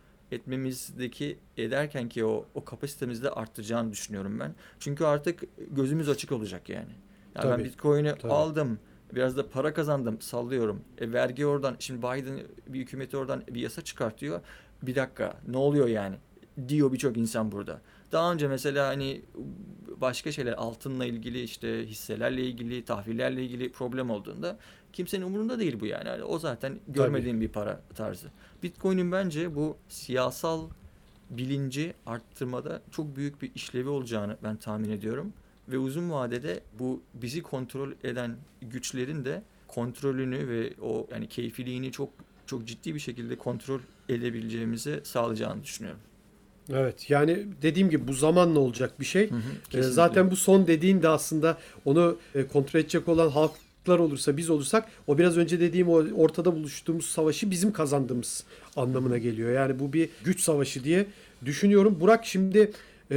etmemizdeki ederken ki o kapasitemizde artacağını düşünüyorum ben. Çünkü artık gözümüz açık olacak yani. Yani ben Tabii. Bitcoin'i Tabii. aldım. Biraz da para kazandım, sallıyorum. Vergi oradan, şimdi Biden bir hükümeti oradan bir yasa çıkartıyor. Bir dakika, ne oluyor yani? Diyor birçok insan burada. Daha önce mesela hani başka şeyler, altınla ilgili, işte hisselerle ilgili, tahvillerle ilgili problem olduğunda kimsenin umurunda değil bu yani. Yani o zaten görmediğim bir para tarzı. Bitcoin'in bence bu siyasal bilinci arttırmada çok büyük bir işlevi olacağını ben tahmin ediyorum. Ve uzun vadede bu bizi kontrol eden güçlerin de kontrolünü ve o yani keyfiliğini çok ciddi bir şekilde kontrol edebileceğimizi sağlayacağını düşünüyorum. Evet, yani dediğim gibi bu zamanla olacak bir şey. Hı hı, kesinlikle. Zaten bu son dediğin de aslında onu kontrol edecek olan halklar olursa, biz olursak, o biraz önce dediğim o ortada buluştuğumuz savaşı bizim kazandığımız anlamına geliyor. Yani bu bir güç savaşı diye düşünüyorum. Burak, şimdi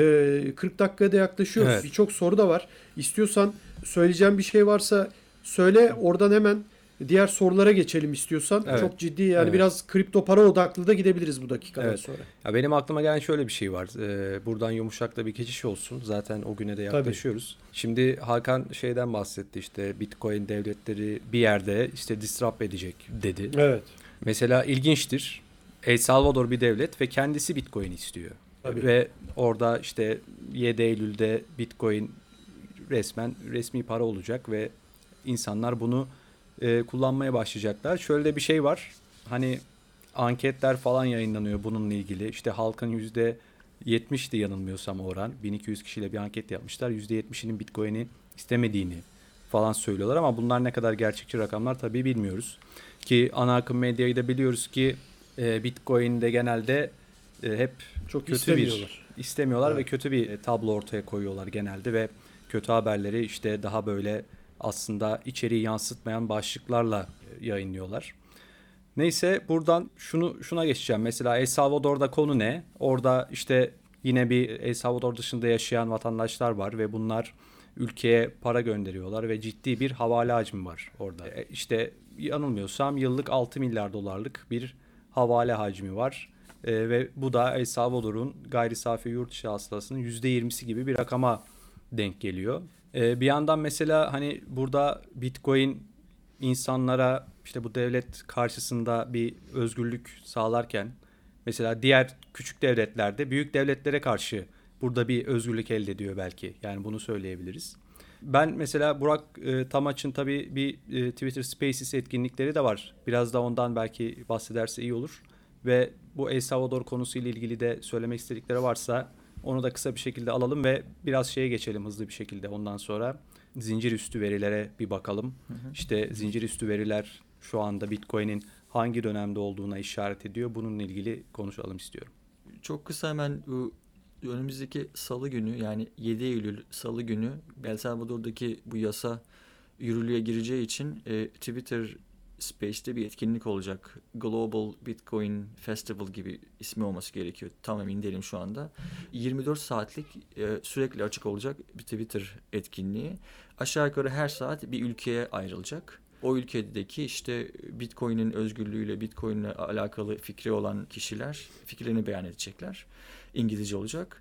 40 dakikaya da yaklaşıyoruz. Evet. Birçok soru da var. İstiyorsan söyleyeceğim bir şey varsa söyle, oradan hemen diğer sorulara geçelim istiyorsan. Evet. Çok ciddi yani, Evet. biraz kripto para odaklı da gidebiliriz bu dakikadan Evet. sonra. Ya benim aklıma gelen şöyle bir şey var. Buradan yumuşakla bir geçiş olsun. Zaten o güne de yaklaşıyoruz. Şimdi Hakan şeyden bahsetti, işte Bitcoin devletleri bir yerde işte disrupt edecek dedi. Evet. Mesela ilginçtir. El Salvador bir devlet ve kendisi Bitcoin istiyor. Tabii. Ve orada işte 7 Eylül'de Bitcoin resmi para olacak ve insanlar bunu kullanmaya başlayacaklar. Şöyle de bir şey var. Hani anketler falan yayınlanıyor bununla ilgili. İşte halkın %70'ti yanılmıyorsam oran. 1200 kişiyle bir anket yapmışlar. %70'inin Bitcoin'i istemediğini falan söylüyorlar ama bunlar ne kadar gerçekçi rakamlar tabii bilmiyoruz. Ki ana akım medyayı da biliyoruz ki Bitcoin'de genelde hep Çok kötü istemiyorlar Evet. ve kötü bir tablo ortaya koyuyorlar genelde ve kötü haberleri işte daha böyle aslında içeriği yansıtmayan başlıklarla yayınlıyorlar. Neyse, buradan şuna geçeceğim. Mesela El Salvador'da konu ne? Orada işte yine bir El Salvador dışında yaşayan vatandaşlar var ve bunlar ülkeye para gönderiyorlar ve ciddi bir havale hacmi var orada. İşte yanılmıyorsam yıllık 6 milyar dolarlık bir havale hacmi var. Ve bu da El Salvador'un gayri safi yurt içi hasılasının %20'si gibi bir rakama denk geliyor. Bir yandan mesela hani burada Bitcoin insanlara işte bu devlet karşısında bir özgürlük sağlarken, mesela diğer küçük devletlerde büyük devletlere karşı burada bir özgürlük elde ediyor belki. Yani bunu söyleyebiliriz. Ben mesela Burak Tamaç'ın tabii bir Twitter Spaces etkinlikleri de var. Biraz da ondan belki bahsederse iyi olur. Ve bu El Salvador konusuyla ilgili de söylemek istedikleri varsa onu da kısa bir şekilde alalım ve biraz şeye geçelim hızlı bir şekilde. Ondan sonra zincir üstü verilere bir bakalım. İşte zincir üstü veriler şu anda Bitcoin'in hangi dönemde olduğuna işaret ediyor. Bununla ilgili konuşalım istiyorum. Çok kısa hemen bu önümüzdeki salı günü, yani 7 Eylül salı günü El Salvador'daki bu yasa yürürlüğe gireceği için Twitter Space'te bir etkinlik olacak. Global Bitcoin Festival gibi ismi olması gerekiyor. Tam emin değilim şu anda. 24 saatlik sürekli açık olacak bir Twitter etkinliği. Aşağı yukarı her saat bir ülkeye ayrılacak. O ülkedeki işte Bitcoin'in özgürlüğüyle, Bitcoin'le alakalı fikri olan kişiler fikirlerini beyan edecekler. İngilizce olacak.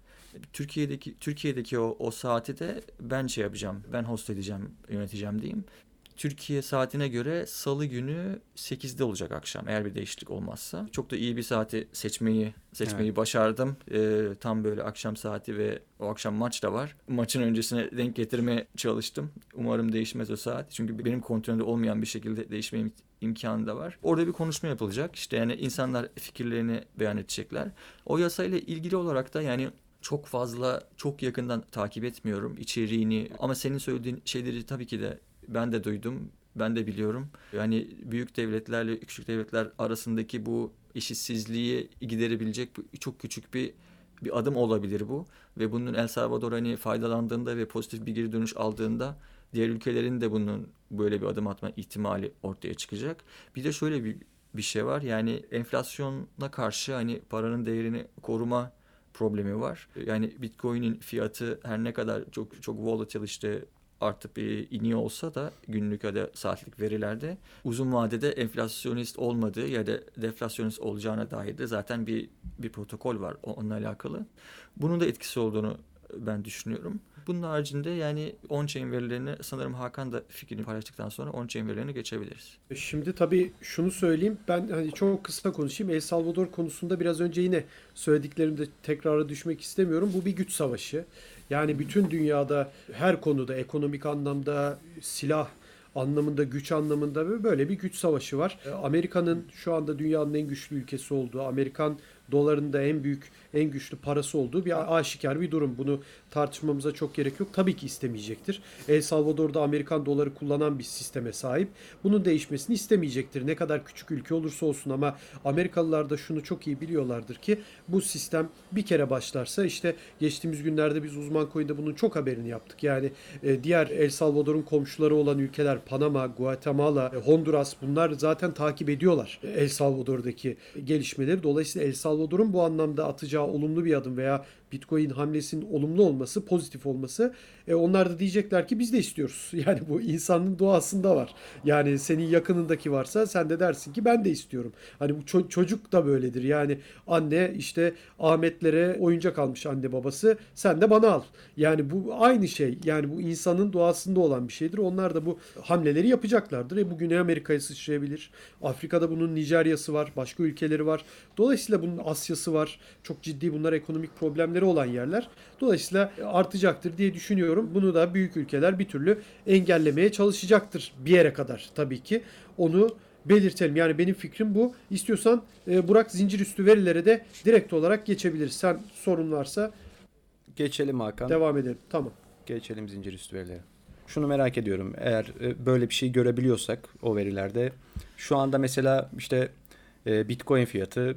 Türkiye'deki o saati de ben şey yapacağım. Ben host edeceğim, yöneteceğim diyeyim. Türkiye saatine göre Salı günü 8'de olacak akşam, eğer bir değişiklik olmazsa. Çok da iyi bir saati seçmeyi Evet. başardım. Tam böyle akşam saati ve o akşam maç da var. Maçın öncesine denk getirmeye çalıştım. Umarım değişmez o saat. Çünkü benim kontrolümde olmayan bir şekilde değişme imkanı da var. Orada bir konuşma yapılacak. İşte yani insanlar fikirlerini beyan edecekler. O yasayla ilgili olarak da yani çok fazla, çok yakından takip etmiyorum içeriğini, ama senin söylediğin şeyleri tabii ki de ben de duydum, ben de biliyorum. Yani büyük devletlerle küçük devletler arasındaki bu eşitsizliği giderebilecek çok küçük bir adım olabilir bu. Ve bunun El Salvador hani faydalandığında ve pozitif bir geri dönüş aldığında diğer ülkelerin de bunun böyle bir adım atma ihtimali ortaya çıkacak. Bir de şöyle bir şey var. Yani enflasyona karşı hani paranın değerini koruma problemi var. Yani Bitcoin'in fiyatı her ne kadar çok çok volatile, işte artıp iniyor olsa da günlük ya da saatlik verilerde uzun vadede enflasyonist olmadığı ya da deflasyonist olacağına dair de zaten bir protokol var onunla alakalı. Bunun da etkisi olduğunu ben düşünüyorum. Bunun haricinde yani on-chain verilerini, sanırım Hakan da fikrini paylaştıktan sonra on-chain verilerine geçebiliriz. Şimdi tabii şunu söyleyeyim. Ben hani çok kısa konuşayım. El Salvador konusunda biraz önce yine söylediklerimde tekrara düşmek istemiyorum. Bu bir güç savaşı. Yani bütün dünyada her konuda, ekonomik anlamda, silah anlamında, güç anlamında böyle bir güç savaşı var. Amerika'nın şu anda dünyanın en güçlü ülkesi olduğu, Amerikan dolarında en büyük, en güçlü parası olduğu bir aşikar bir durum. Bunu tartışmamıza çok gerek yok. Tabii ki istemeyecektir. El Salvador'da Amerikan doları kullanan bir sisteme sahip. Bunun değişmesini istemeyecektir. Ne kadar küçük ülke olursa olsun, ama Amerikalılar da şunu çok iyi biliyorlardır ki bu sistem bir kere başlarsa, işte geçtiğimiz günlerde biz Uzman Coin'de bunun çok haberini yaptık. Yani diğer El Salvador'un komşuları olan ülkeler Panama, Guatemala, Honduras, bunlar zaten takip ediyorlar El Salvador'daki gelişmeleri. Dolayısıyla El Salvador'un bu anlamda atacağı olumlu bir adım veya Bitcoin hamlesinin olumlu olması, pozitif olması, onlar da diyecekler ki biz de istiyoruz. Yani bu insanın doğasında var. Yani senin yakınındaki varsa sen de dersin ki ben de istiyorum. Hani bu çocuk da böyledir. Yani anne işte Ahmetlere oyuncak almış anne babası. Sen de bana al. Yani bu aynı şey. Yani bu insanın doğasında olan bir şeydir. Onlar da bu hamleleri yapacaklardır. Bu Güney Amerika'ya sıçrayabilir. Afrika'da bunun Nijerya'sı var. Başka ülkeleri var. Dolayısıyla bunun Asya'sı var. Çok ciddi bunlar ekonomik problemleri olan yerler. Dolayısıyla artacaktır diye düşünüyorum. Bunu da büyük ülkeler bir türlü engellemeye çalışacaktır bir yere kadar tabii ki. Onu belirtelim. Yani benim fikrim bu. İstiyorsan Burak, zincir üstü verilere de direkt olarak geçebiliriz. Sen sorun varsa Geçelim Hakan. devam edelim. Tamam. Geçelim zincir üstü verilere. Şunu merak ediyorum. Eğer böyle bir şey görebiliyorsak o verilerde, şu anda mesela işte Bitcoin fiyatı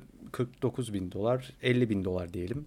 49 bin dolar, 50 bin dolar diyelim.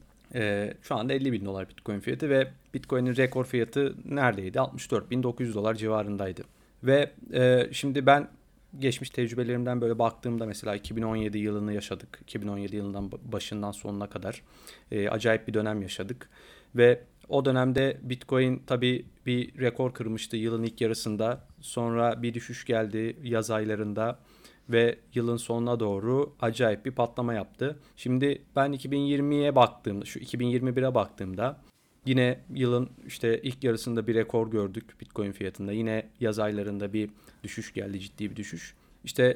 Şu anda 50 bin dolar Bitcoin fiyatı ve Bitcoin'in rekor fiyatı neredeydi? 64.900 dolar civarındaydı. Ve şimdi ben geçmiş tecrübelerimden böyle baktığımda mesela 2017 yılını yaşadık. 2017 yılından başından sonuna kadar acayip bir dönem yaşadık. Ve o dönemde Bitcoin tabii bir rekor kırmıştı yılın ilk yarısında. Sonra bir düşüş geldi yaz aylarında ve yılın sonuna doğru acayip bir patlama yaptı. Şimdi ben 2020'ye baktığımda, şu 2021'e baktığımda yine yılın işte ilk yarısında bir rekor gördük Bitcoin fiyatında. Yine yaz aylarında bir düşüş geldi, ciddi bir düşüş. İşte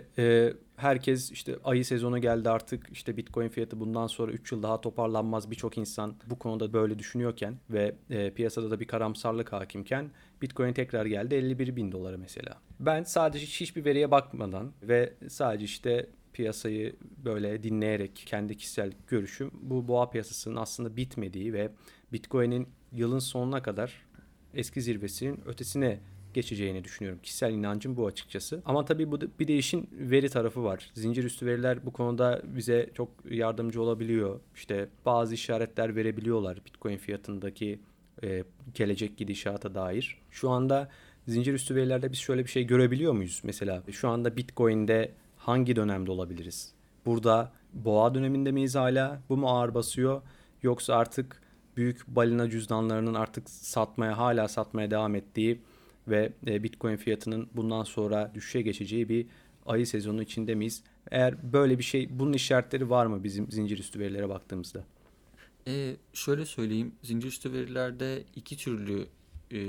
herkes işte ayı sezonu geldi artık, işte Bitcoin fiyatı bundan sonra 3 yıl daha toparlanmaz, birçok insan bu konuda böyle düşünüyorken ve piyasada da bir karamsarlık hakimken Bitcoin tekrar geldi 51 bin dolara mesela. Ben sadece hiçbir veriye bakmadan ve sadece işte piyasayı böyle dinleyerek kendi kişisel görüşüm, bu boğa piyasasının aslında bitmediği ve Bitcoin'in yılın sonuna kadar eski zirvesinin ötesine geçeceğini düşünüyorum. Kişisel inancım bu açıkçası. Ama tabii bir de işin veri tarafı var. Zincir üstü veriler bu konuda bize çok yardımcı olabiliyor. İşte bazı işaretler verebiliyorlar Bitcoin fiyatındaki gelecek gidişata dair. Şu anda zincir üstü verilerde biz şöyle bir şey görebiliyor muyuz? Mesela şu anda Bitcoin'de hangi dönemde olabiliriz? Burada boğa döneminde miyiz hala? Bu mu ağır basıyor? Yoksa artık büyük balina cüzdanlarının artık hala satmaya devam ettiği ve Bitcoin fiyatının bundan sonra düşüşe geçeceği bir ayı sezonu içinde miyiz? Eğer böyle bir şey, bunun işaretleri var mı bizim zincir üstü verilere baktığımızda? Şöyle söyleyeyim, zincirüstü verilerde iki türlü e,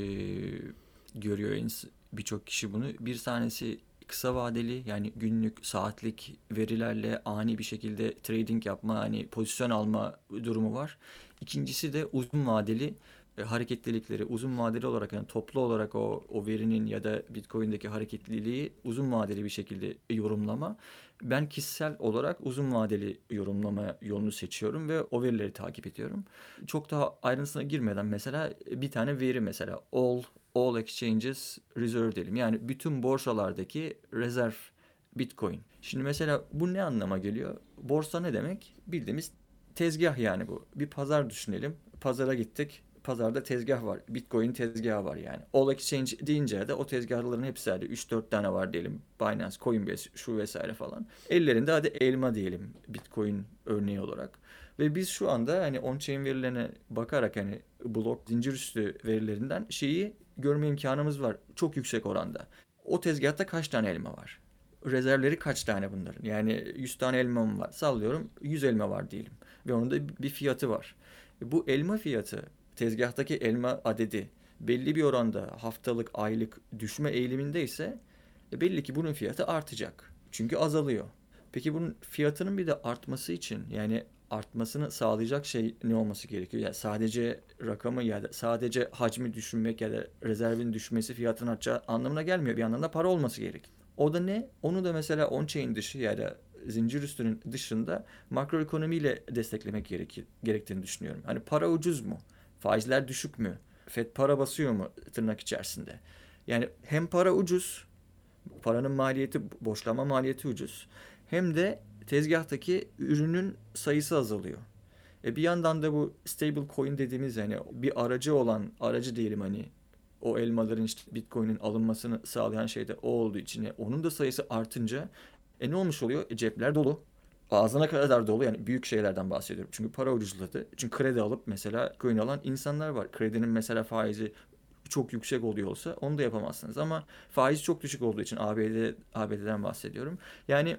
görüyor birçok kişi bunu. Bir tanesi kısa vadeli, yani günlük, saatlik verilerle ani bir şekilde trading yapma, hani pozisyon alma durumu var. İkincisi de uzun vadeli hareketlilikleri, uzun vadeli olarak, yani toplu olarak o verinin ya da Bitcoin'deki hareketliliği uzun vadeli bir şekilde yorumlama. Ben kişisel olarak uzun vadeli yorumlama yolunu seçiyorum ve o verileri takip ediyorum. Çok daha ayrıntısına girmeden mesela bir tane veri, mesela all exchanges reserve diyelim. Yani bütün borsalardaki rezerv Bitcoin. Şimdi mesela bu ne anlama geliyor? Borsa ne demek? Bildiğimiz tezgah, yani bu. Bir pazar düşünelim. Pazara gittik. Pazarda tezgah var. Bitcoin tezgahı var yani. All exchange deyince de o tezgahların hepsi, hadi 3-4 tane var diyelim. Binance, Coinbase, şu vesaire falan. Ellerinde hadi elma diyelim Bitcoin örneği olarak. Ve biz şu anda hani on-chain verilerine bakarak, hani blok zincir üstü verilerinden şeyi görme imkanımız var. Çok yüksek oranda. O tezgahta kaç tane elma var? Rezervleri kaç tane bunların? Yani 100 tane elma mı var? Sallıyorum 100 elma var diyelim. Ve onun da bir fiyatı var. Bu elma fiyatı, tezgahtaki elma adedi belli bir oranda haftalık, aylık düşme eğiliminde ise belli ki bunun fiyatı artacak. Çünkü azalıyor. Peki bunun fiyatının bir de artması için, yani artmasını sağlayacak şey ne olması gerekiyor? Yani sadece rakamı ya da sadece hacmi düşünmek ya da rezervin düşmesi fiyatın artacağı anlamına gelmiyor. Bir yandan da para olması gerek. O da ne? Onu da mesela on-chain dışı ya da zincir üstünün dışında makroekonomiyle desteklemek gerektiğini düşünüyorum. Hani para ucuz mu? Faizler düşük mü? Fed para basıyor mu tırnak içerisinde? Yani hem para ucuz, paranın maliyeti, borçlanma maliyeti ucuz. Hem de tezgahtaki ürünün sayısı azalıyor. Bir yandan da bu stable coin dediğimiz, yani bir aracı diyelim, hani o elmaların işte Bitcoin'in alınmasını sağlayan şey de o olduğu için onun da sayısı artınca ne olmuş oluyor? Cepler dolu. Ağzına kadar dolu, yani büyük şeylerden bahsediyorum. Çünkü para ucuzladı. Çünkü kredi alıp mesela coin alan insanlar var. Kredinin mesela faizi çok yüksek oluyor olsa onu da yapamazsınız. Ama faiz çok düşük olduğu için ABD'den bahsediyorum. Yani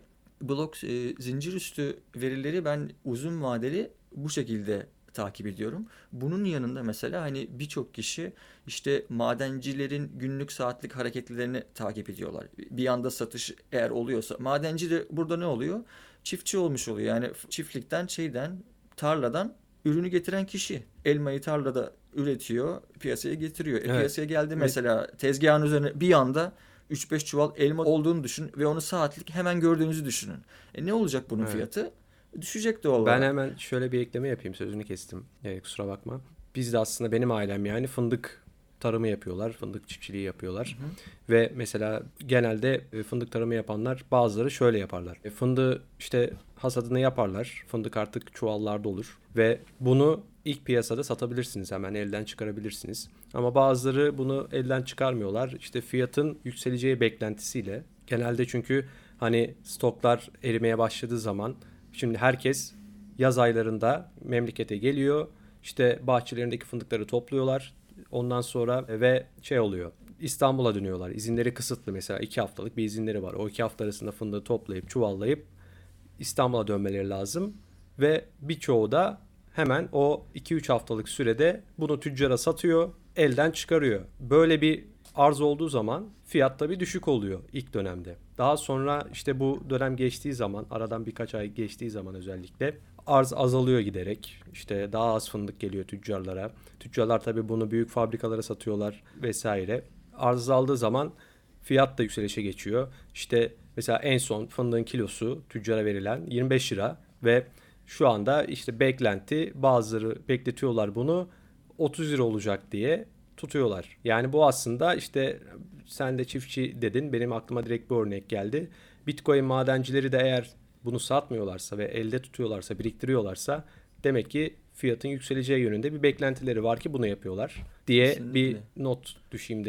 zincir üstü verileri ben uzun vadeli bu şekilde takip ediyorum. Bunun yanında mesela hani birçok kişi işte madencilerin günlük saatlik hareketlerini takip ediyorlar. Bir anda satış eğer oluyorsa, madenci de burada ne oluyor? Çiftçi olmuş oluyor. Yani çiftlikten, tarladan ürünü getiren kişi. Elmayı tarlada üretiyor, piyasaya getiriyor. Evet. Piyasaya geldi mesela, tezgahın üzerine bir anda 3-5 çuval elma olduğunu düşün ve onu saatlik hemen gördüğünüzü düşünün. Ne olacak bunun Evet. fiyatı? Düşecek doğal Ben olarak. hemen şöyle bir ekleme yapayım, sözünü kestim. Kusura bakma. Biz de aslında, benim ailem yani fındık tarımı yapıyorlar. Fındık çiftçiliği yapıyorlar. Hı hı. Ve mesela genelde fındık tarımı yapanlar, bazıları şöyle yaparlar. Fındığı işte hasadını yaparlar. Fındık artık çuvallarda olur. Ve bunu ilk piyasada satabilirsiniz. Hemen elden çıkarabilirsiniz. Ama bazıları bunu elden çıkarmıyorlar. İşte fiyatın yükseleceği beklentisiyle. Genelde çünkü hani stoklar erimeye başladığı zaman, şimdi herkes yaz aylarında memlekete geliyor. İşte bahçelerindeki fındıkları topluyorlar. Ondan sonra ve şey oluyor. İstanbul'a dönüyorlar. İzinleri kısıtlı mesela. 2 haftalık bir izinleri var. O 2 hafta arasında fındığı toplayıp çuvallayıp İstanbul'a dönmeleri lazım. Ve birçoğu da hemen o 2-3 haftalık sürede bunu tüccara satıyor, elden çıkarıyor. Böyle bir arz olduğu zaman fiyat tabii düşük oluyor ilk dönemde. Daha sonra işte bu dönem geçtiği zaman, aradan birkaç ay geçtiği zaman özellikle arz azalıyor giderek. İşte daha az fındık geliyor tüccarlara. Tüccarlar tabii bunu büyük fabrikalara satıyorlar vesaire. Arz azaldığı zaman fiyat da yükselişe geçiyor. İşte mesela en son fındığın kilosu tüccara verilen 25 lira ve şu anda işte beklenti, bazıları bekletiyorlar bunu 30 lira olacak diye tutuyorlar. Yani bu aslında, işte sen de çiftçi dedin, benim aklıma direkt bir örnek geldi. Bitcoin madencileri de eğer bunu satmıyorlarsa ve elde tutuyorlarsa, biriktiriyorlarsa, demek ki fiyatın yükseleceği yönünde bir beklentileri var ki bunu yapıyorlar diye Kesinlikle. bir not düşeyim dedim.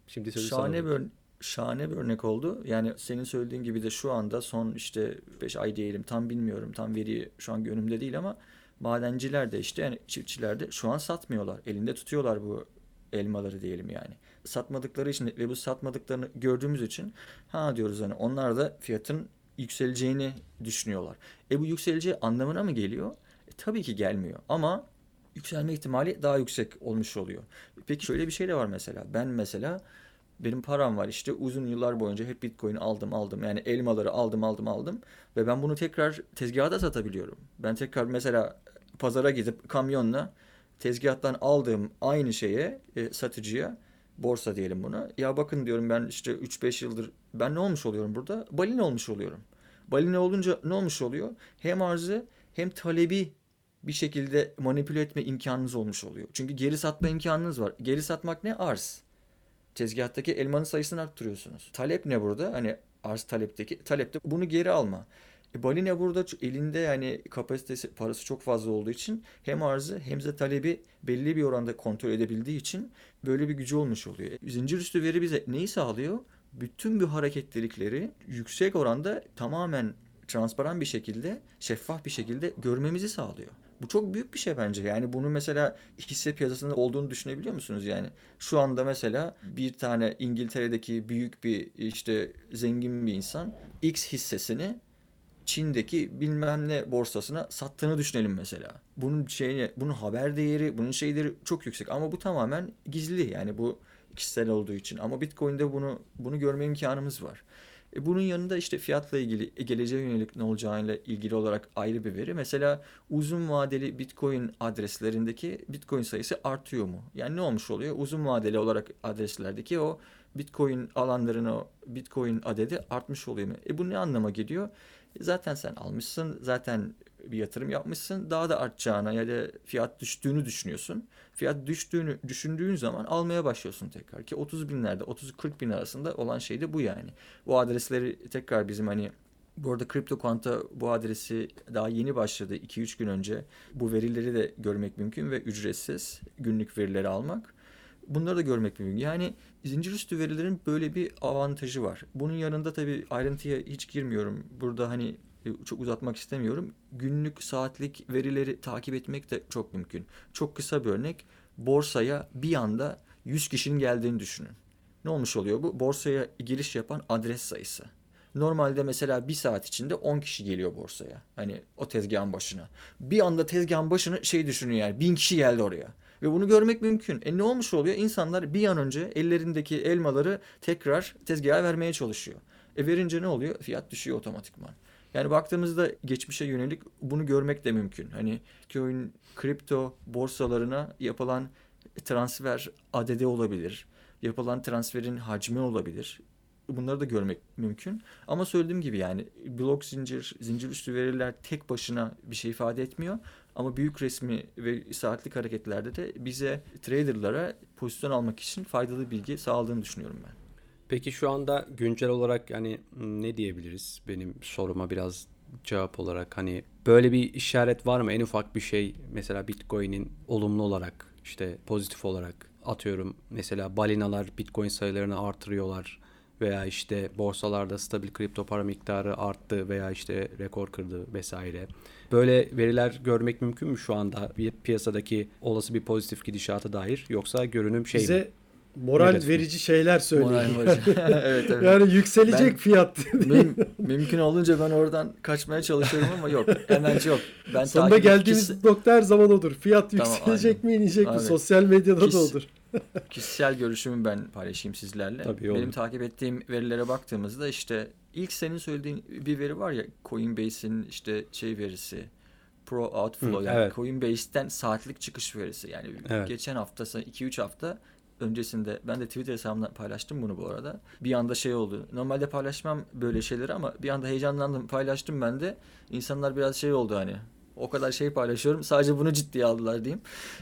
Şimdi sözü sana Şahane bırakıyorum. şahane bir örnek oldu. Yani senin söylediğin gibi de şu anda son işte 5 ay diyelim, tam bilmiyorum. Tam veri şu an önümde değil ama madenciler de işte, yani çiftçiler de şu an satmıyorlar. Elinde tutuyorlar bu elmaları diyelim yani. Satmadıkları için ve bu satmadıklarını gördüğümüz için ha diyoruz, hani onlar da fiyatın yükseleceğini düşünüyorlar. Bu yükseleceği anlamına mı geliyor? Tabii ki gelmiyor ama yükselme ihtimali daha yüksek olmuş oluyor. Peki şöyle bir şey de var mesela. Ben mesela, benim param var işte, uzun yıllar boyunca hep Bitcoin aldım. Yani elmaları aldım ve ben bunu tekrar tezgahta satabiliyorum. Ben tekrar mesela pazara gidip kamyonla tezgahtan aldığım aynı şeye satıcıya, borsa diyelim buna. Ya bakın diyorum, ben işte 3-5 yıldır ben ne olmuş oluyorum burada? Balina olmuş oluyorum. Balina olunca ne olmuş oluyor? Hem arzı hem talebi bir şekilde manipüle etme imkanınız olmuş oluyor. Çünkü geri satma imkanınız var. Geri satmak ne? Arz. Tezgahtaki elmanın sayısını arttırıyorsunuz. Talep ne burada? Hani arz talepteki. Talepte bunu geri alma. Balina burada elinde, yani kapasitesi, parası çok fazla olduğu için hem arzı hem de talebi belli bir oranda kontrol edebildiği için böyle bir gücü olmuş oluyor. Zincir üstü veri bize neyi sağlıyor? Bütün bu hareketlilikleri yüksek oranda, tamamen transparan bir şekilde, şeffaf bir şekilde görmemizi sağlıyor. Bu çok büyük bir şey bence. Yani bunu mesela hisse piyasasında olduğunu düşünebiliyor musunuz yani? Şu anda mesela bir tane İngiltere'deki büyük bir, işte zengin bir insan X hissesini Çin'deki bilmem ne borsasına sattığını düşünelim mesela. Bunun şeyini, bunun haber değeri, bunun şeyleri çok yüksek ama bu tamamen gizli, yani bu kişisel olduğu için. Ama Bitcoin'de bunu görme imkanımız var. Bunun yanında işte fiyatla ilgili, geleceğe yönelik ne olacağıyla ilgili olarak ayrı bir veri. Mesela uzun vadeli Bitcoin adreslerindeki Bitcoin sayısı artıyor mu? Yani ne olmuş oluyor? Uzun vadeli olarak adreslerdeki o Bitcoin alanların, o Bitcoin adedi artmış oluyor mu? Bu ne anlama geliyor? Zaten sen almışsın, zaten bir yatırım yapmışsın, daha da artacağına ya da fiyat düştüğünü düşünüyorsun. Fiyat düştüğünü düşündüğün zaman almaya başlıyorsun tekrar, ki 30 binlerde 30-40 bin arasında olan şey de bu yani. Bu adresleri tekrar bizim, hani bu arada CryptoQuant'a bu adresi daha yeni başladı, 2-3 gün önce. Bu verileri de görmek mümkün ve ücretsiz günlük verileri almak. Bunları da görmek mümkün. Yani zincir üstü verilerin böyle bir avantajı var. Bunun yanında tabii ayrıntıya hiç girmiyorum. Burada hani çok uzatmak istemiyorum. Günlük, saatlik verileri takip etmek de çok mümkün. Çok kısa bir örnek. Borsaya bir anda 100 kişinin geldiğini düşünün. Ne olmuş oluyor bu? Borsaya giriş yapan adres sayısı. Normalde mesela bir saat içinde 10 kişi geliyor borsaya. Hani o tezgahın başına. Bir anda tezgahın başına şey düşünün, yani 1000 kişi geldi oraya. Ve bunu görmek mümkün. Ne olmuş oluyor? İnsanlar bir an önce ellerindeki elmaları tekrar tezgaha vermeye çalışıyor. Verince ne oluyor? Fiyat düşüyor otomatikman. Yani baktığımızda geçmişe yönelik bunu görmek de mümkün. Hani Bitcoin, kripto borsalarına yapılan transfer adedi olabilir. Yapılan transferin hacmi olabilir. Bunları da görmek mümkün. Ama söylediğim gibi yani blok zincir, zincir üstü veriler tek başına bir şey ifade etmiyor. Ama büyük resmi ve saatlik hareketlerde de bize, traderlara pozisyon almak için faydalı bilgi sağladığını düşünüyorum ben. Peki şu anda güncel olarak yani ne diyebiliriz? Benim soruma biraz cevap olarak hani böyle bir işaret var mı? En ufak bir şey mesela Bitcoin'in olumlu olarak işte pozitif olarak atıyorum. Mesela balinalar Bitcoin sayılarını artırıyorlar veya işte borsalarda stabil kripto para miktarı arttı veya işte rekor kırdı vesaire. Böyle veriler görmek mümkün mü şu anda bir piyasadaki olası bir pozitif gidişata dair, yoksa görünüm şey mi? Bize moral Negatif mi? verici şeyler Moral söyleyin. maçı. Evet, evet. Yani yükselecek Ben fiyat. mümkün olunca ben oradan kaçmaya çalışıyorum ama yok. Hemenci yok. Ben Sonunda geldiğimiz kişisel, nokta her zaman odur. Fiyat tamam, aynen. yükselecek mi, inecek mi? Aynen. Sosyal medyada da Kis, odur. Kişisel görüşümü ben paylaşayım sizlerle. Tabii Benim olur. takip ettiğim verilere baktığımızda işte ilk senin söylediğin bir veri var ya, Coinbase'in işte şey verisi, Pro Outflow, yani Evet. Coinbase'ten saatlik çıkış verisi. Yani Evet. geçen hafta, 2-3 hafta öncesinde ben de Twitter hesabımdan paylaştım bunu bu arada. Bir anda şey oldu. Normalde paylaşmam böyle şeyleri ama bir anda heyecanlandım, paylaştım ben de. İnsanlar biraz şey oldu hani. O kadar şey paylaşıyorum, sadece bunu ciddiye aldılar diyeyim.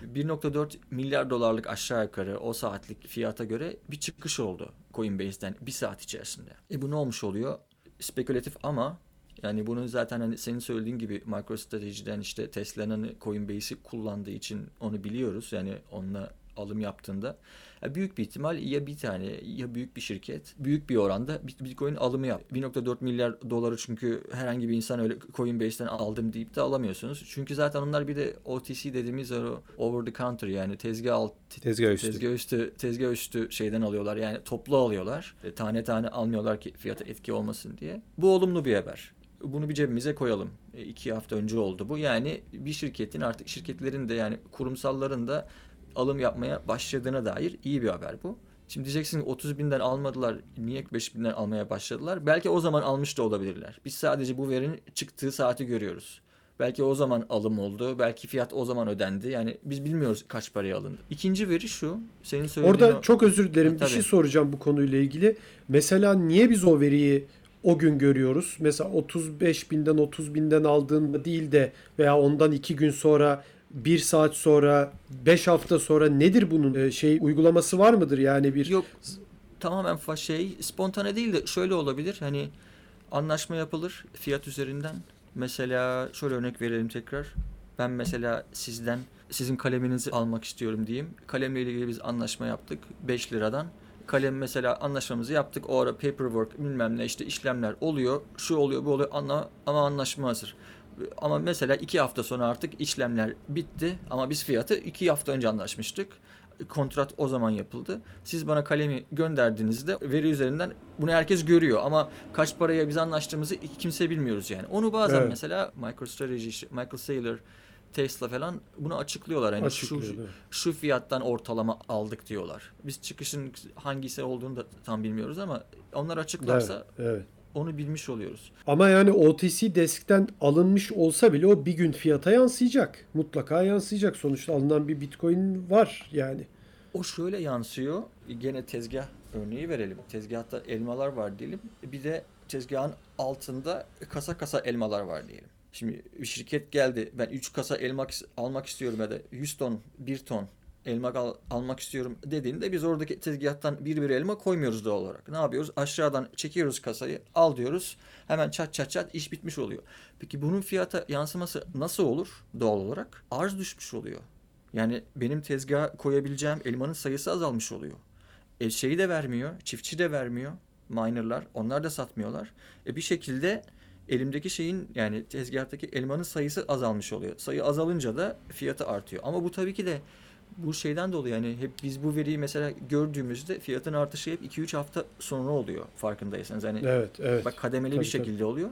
1,4 milyar dolarlık aşağı yukarı o saatlik fiyata göre bir çıkış oldu Coinbase'den bir saat içerisinde. Bu ne olmuş oluyor? Spekülatif ama yani bunun zaten hani senin söylediğin gibi MicroStrategy'den işte Tesla'nın Coinbase'i kullandığı için onu biliyoruz. Yani onunla alım yaptığında büyük bir ihtimal ya bir tane ya büyük bir şirket büyük bir oranda Bitcoin alımı yap. 1.4 milyar doları çünkü herhangi bir insan öyle Coinbase'ten aldım deyip de alamıyorsunuz. Çünkü zaten onlar bir de OTC dediğimiz o over the counter yani tezgah üstü şeyden alıyorlar. Yani toplu alıyorlar. Tane tane almıyorlar ki fiyata etki olmasın diye. Bu olumlu bir haber. Bunu bir cebimize koyalım. 2 hafta önce oldu bu. Yani bir şirketin artık şirketlerin de yani kurumsalların da alım yapmaya başladığına dair iyi bir haber bu. Şimdi diyeceksin ki 30 binden almadılar. Niye 45 binden almaya başladılar? Belki o zaman almış da olabilirler. Biz sadece bu verinin çıktığı saati görüyoruz. Belki o zaman alım oldu. Belki fiyat o zaman ödendi. Yani biz bilmiyoruz kaç paraya alındı. İkinci veri şu. Senin söylediğin Orada çok özür dilerim. Bir tabii. şey soracağım bu konuyla ilgili. Mesela niye biz o veriyi o gün görüyoruz? Mesela 35 binden 30 binden aldığında değil de veya ondan 2 gün sonra, 1 saat sonra, 5 hafta sonra nedir bunun uygulaması var mıdır? Yani bir Yok, tamamen spontane değil de şöyle olabilir. Hani anlaşma yapılır fiyat üzerinden. Mesela şöyle örnek verelim tekrar. Ben mesela sizin kaleminizi almak istiyorum diyeyim. Kalemle ilgili biz anlaşma yaptık 5 liradan. Kalem mesela anlaşmamızı yaptık. O ara paperwork bilmem ne işte işlemler oluyor. Şu oluyor bu oluyor ama anlaşma hazır. Ama mesela 2 hafta sonra artık işlemler bitti. Ama biz fiyatı 2 hafta önce anlaşmıştık. Kontrat o zaman yapıldı. Siz bana kalemi gönderdiğinizde veri üzerinden bunu herkes görüyor. Ama kaç paraya biz anlaştığımızı kimse bilmiyoruz yani. Onu bazen Evet. mesela MicroStrategy, Michael Saylor, Tesla falan bunu açıklıyorlar. Yani şu fiyattan ortalama aldık diyorlar. Biz çıkışın hangisi olduğunu da tam bilmiyoruz ama onlar açıklarsa evet. onu bilmiş oluyoruz. Ama yani OTC deskten alınmış olsa bile o bir gün fiyata yansıyacak. Mutlaka yansıyacak. Sonuçta alınan bir Bitcoin var yani. O şöyle yansıyor. Gene tezgah örneği verelim. Tezgahta elmalar var diyelim. Bir de tezgahın altında kasa kasa elmalar var diyelim. Şimdi bir şirket geldi. Ben 3 kasa elma almak istiyorum ya da 100 ton, 1 ton elma almak istiyorum dediğinde biz oradaki tezgahtan bir elma koymuyoruz doğal olarak. Ne yapıyoruz? Aşağıdan çekiyoruz kasayı, al diyoruz. Hemen çat iş bitmiş oluyor. Peki bunun fiyata yansıması nasıl olur doğal olarak? Arz düşmüş oluyor. Yani benim tezgaha koyabileceğim elmanın sayısı azalmış oluyor. Şeyi de vermiyor, çiftçi de vermiyor. Minerlar, onlar da satmıyorlar. Bir şekilde elimdeki şeyin yani tezgahtaki elmanın sayısı azalmış oluyor. Sayı azalınca da fiyatı artıyor. Ama bu tabii ki de bu şeyden dolayı yani hep biz bu veriyi mesela gördüğümüzde fiyatın artışı hep 2-3 hafta sonra oluyor farkındaysanız. Yani Evet. bak kademeli Tabii, bir şekilde oluyor.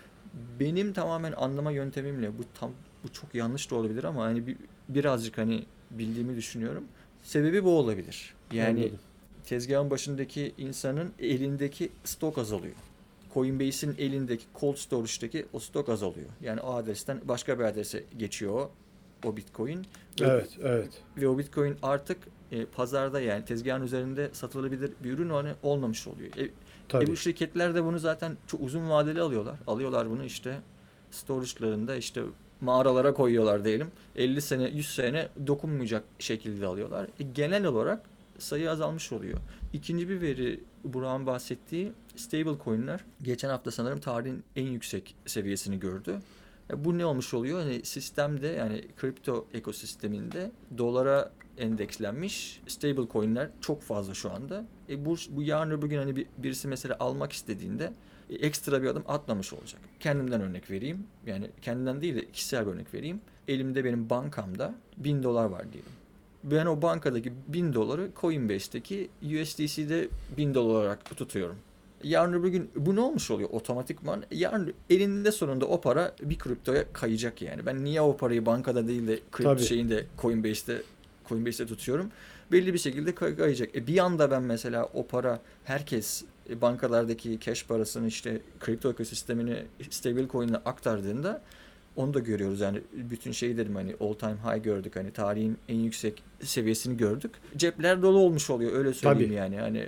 Benim tamamen anlama yöntemimle bu çok yanlış da olabilir ama hani birazcık hani bildiğimi düşünüyorum. Sebebi bu olabilir. Yani Anladım. tezgahın başındaki insanın elindeki stok azalıyor. Coinbase'in elindeki cold storage'daki o stok azalıyor. Yani o adresten başka bir adrese geçiyor o Bitcoin. Evet. Ve o Bitcoin artık pazarda yani tezgahın üzerinde satılabilir bir ürün olmamış oluyor. Tabii. Bu şirketler de bunu zaten çok uzun vadeli alıyorlar. Alıyorlar bunu işte storage'larında işte mağaralara koyuyorlar diyelim. 50 sene 100 sene dokunmayacak şekilde alıyorlar. Genel olarak sayı azalmış oluyor. İkinci bir veri Burak'ın bahsettiği stable coin'ler geçen hafta sanırım tarihin en yüksek seviyesini gördü. Bu ne olmuş oluyor? Yani sistemde yani kripto ekosisteminde dolara endekslenmiş stable coin'ler çok fazla şu anda. Bu yarın öbür gün hani birisi mesela almak istediğinde ekstra bir adım atmamış olacak. Kendimden örnek vereyim. Yani kendimden değil de kişisel bir örnek vereyim. Elimde benim bankamda $1000 var diyelim. Ben o bankadaki $1000 Coinbase'deki USDC'de $1000 olarak tutuyorum. Yarın öbür gün bu ne olmuş oluyor otomatikman? Yarın elinde sonunda o para bir kriptoya kayacak yani. Ben niye o parayı bankada değil de kripto şeyinde Coinbase'te tutuyorum? Belli bir şekilde kayacak. Bir anda ben mesela o para herkes bankalardaki cash parasını işte kripto ekosistemine stable coin'e aktardığında onu da görüyoruz yani bütün şey dedim hani all time high gördük hani tarihin en yüksek seviyesini gördük. Cepler dolu olmuş oluyor öyle söyleyeyim yani. Hani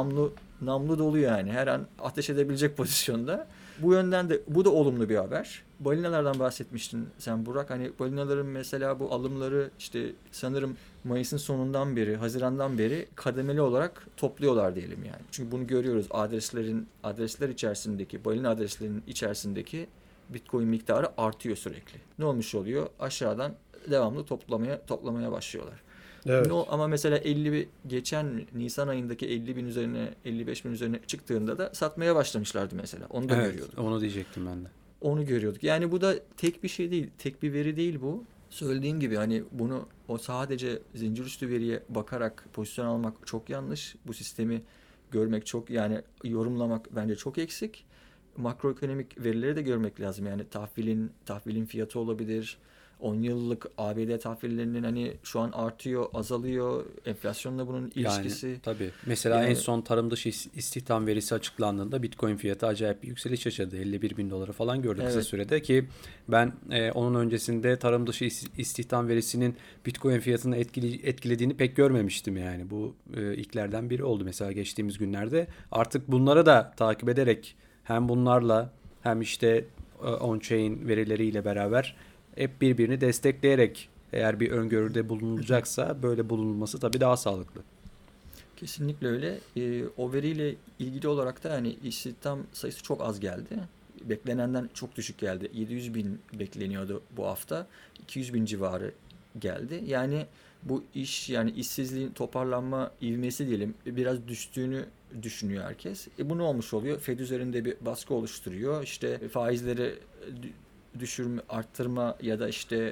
namlu dolu yani her an ateş edebilecek pozisyonda. Bu yönden de bu da olumlu bir haber. Balinalardan bahsetmiştin sen Burak. Hani balinaların mesela bu alımları işte sanırım Mayıs'ın sonundan beri, Haziran'dan beri kademeli olarak topluyorlar diyelim yani. Çünkü bunu görüyoruz adresler içerisindeki, balina adreslerinin içerisindeki Bitcoin miktarı artıyor sürekli. Ne olmuş oluyor? Aşağıdan devamlı toplamaya başlıyorlar. Evet. Ama mesela geçen Nisan ayındaki 50 bin üzerine 55 bin üzerine çıktığında da satmaya başlamışlardı mesela. Onu da Evet, görüyorduk. onu diyecektim ben de. Onu görüyorduk. Yani bu da tek bir şey değil, tek bir veri değil bu. Söylediğim gibi hani o sadece zincir üstü veriye bakarak pozisyon almak çok yanlış. Bu sistemi görmek çok, yani yorumlamak bence çok eksik. Makroekonomik verileri de görmek lazım. Yani tahvilin fiyatı olabilir. 10 yıllık ABD tahvillerinin hani şu an artıyor, azalıyor. Enflasyonla bunun ilişkisi. Yani tabii. Mesela en Yani son tarım dışı istihdam verisi açıklandığında Bitcoin fiyatı acayip bir yükseliş yaşadı. 51 bin doları falan gördü kısa evet. sürede ki ben onun öncesinde tarım dışı istihdam verisinin Bitcoin fiyatını etkilediğini pek görmemiştim yani. Bu ilklerden biri oldu mesela geçtiğimiz günlerde. Artık bunları da takip ederek hem bunlarla hem işte on-chain verileriyle beraber hep birbirini destekleyerek eğer bir öngörüde bulunulacaksa böyle bulunulması tabii daha sağlıklı. Kesinlikle öyle. O veriyle ilgili olarak da yani istihdam sayısı çok az geldi. Beklenenden çok düşük geldi. 700 bin bekleniyordu bu hafta. 200 bin civarı geldi. Yani bu yani işsizliğin toparlanma ivmesi diyelim biraz düştüğünü düşünüyor herkes. Bu ne olmuş oluyor? Fed üzerinde bir baskı oluşturuyor. İşte faizleri arttırma ya da işte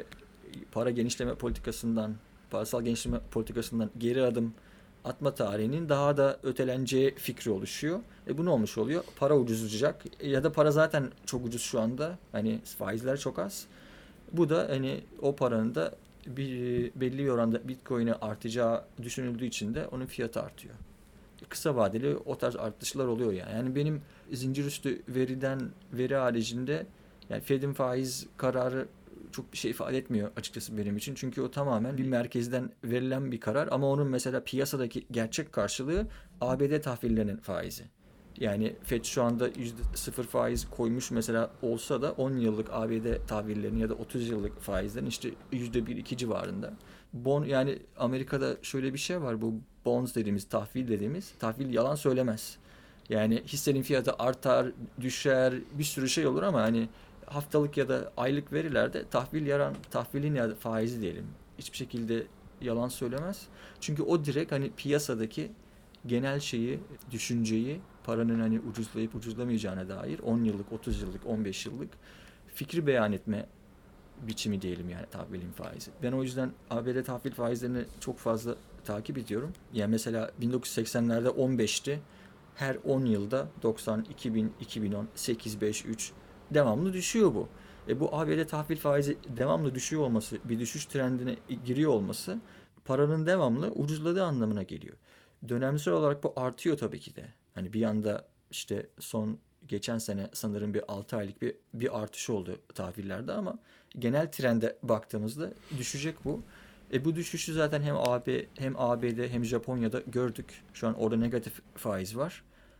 parasal genişleme politikasından geri adım atma tarihinin daha da öteleneceği fikri oluşuyor. Bu ne olmuş oluyor? Para ucuzlayacak ya da para zaten çok ucuz şu anda. Hani faizler çok az. Bu da hani o paranın da belli bir oranda Bitcoin'e artacağı düşünüldüğü için de onun fiyatı artıyor. Kısa vadeli o tarz artışlar oluyor yani. Yani benim zincir üstü veri haricinde yani Fed'in faiz kararı çok bir şey ifade etmiyor açıkçası benim için. Çünkü o tamamen bir merkezden verilen bir karar ama onun mesela piyasadaki gerçek karşılığı ABD tahvillerinin faizi. Yani Fed şu anda %0 faiz koymuş mesela olsa da 10 yıllık ABD tahvillerinin ya da 30 yıllık faizlerin işte %1-2 civarında. Yani Amerika'da şöyle bir şey var, bu bonds dediğimiz tahvil yalan söylemez. Yani hissenin fiyatı artar, düşer, bir sürü şey olur ama hani haftalık ya da aylık verilerde tahvilin ya da faizi diyelim hiçbir şekilde yalan söylemez. Çünkü o direkt hani piyasadaki genel düşünceyi, paranın hani ucuzlayıp ucuzlamayacağına dair 10 yıllık, 30 yıllık, 15 yıllık fikri beyan etme biçimi diyelim yani tahvilin faizi. Ben o yüzden ABD tahvil faizlerini çok fazla takip ediyorum. Yani mesela 1980'lerde 15'ti. Her 10 yılda 90, 2000, 2010, 8, 5, 3 devamlı düşüyor bu. Bu ABD tahvil faizi devamlı düşüyor olması, bir düşüş trendine giriyor olması paranın devamlı ucuzladığı anlamına geliyor. Dönemsel olarak bu artıyor tabii ki de. Hani bir anda işte geçen sene sanırım bir 6 aylık bir artış oldu tahvillerde ama genel trende baktığımızda düşecek bu. Bu düşüşü zaten hem ABD hem Japonya'da gördük. Şu an orada negatif faiz var.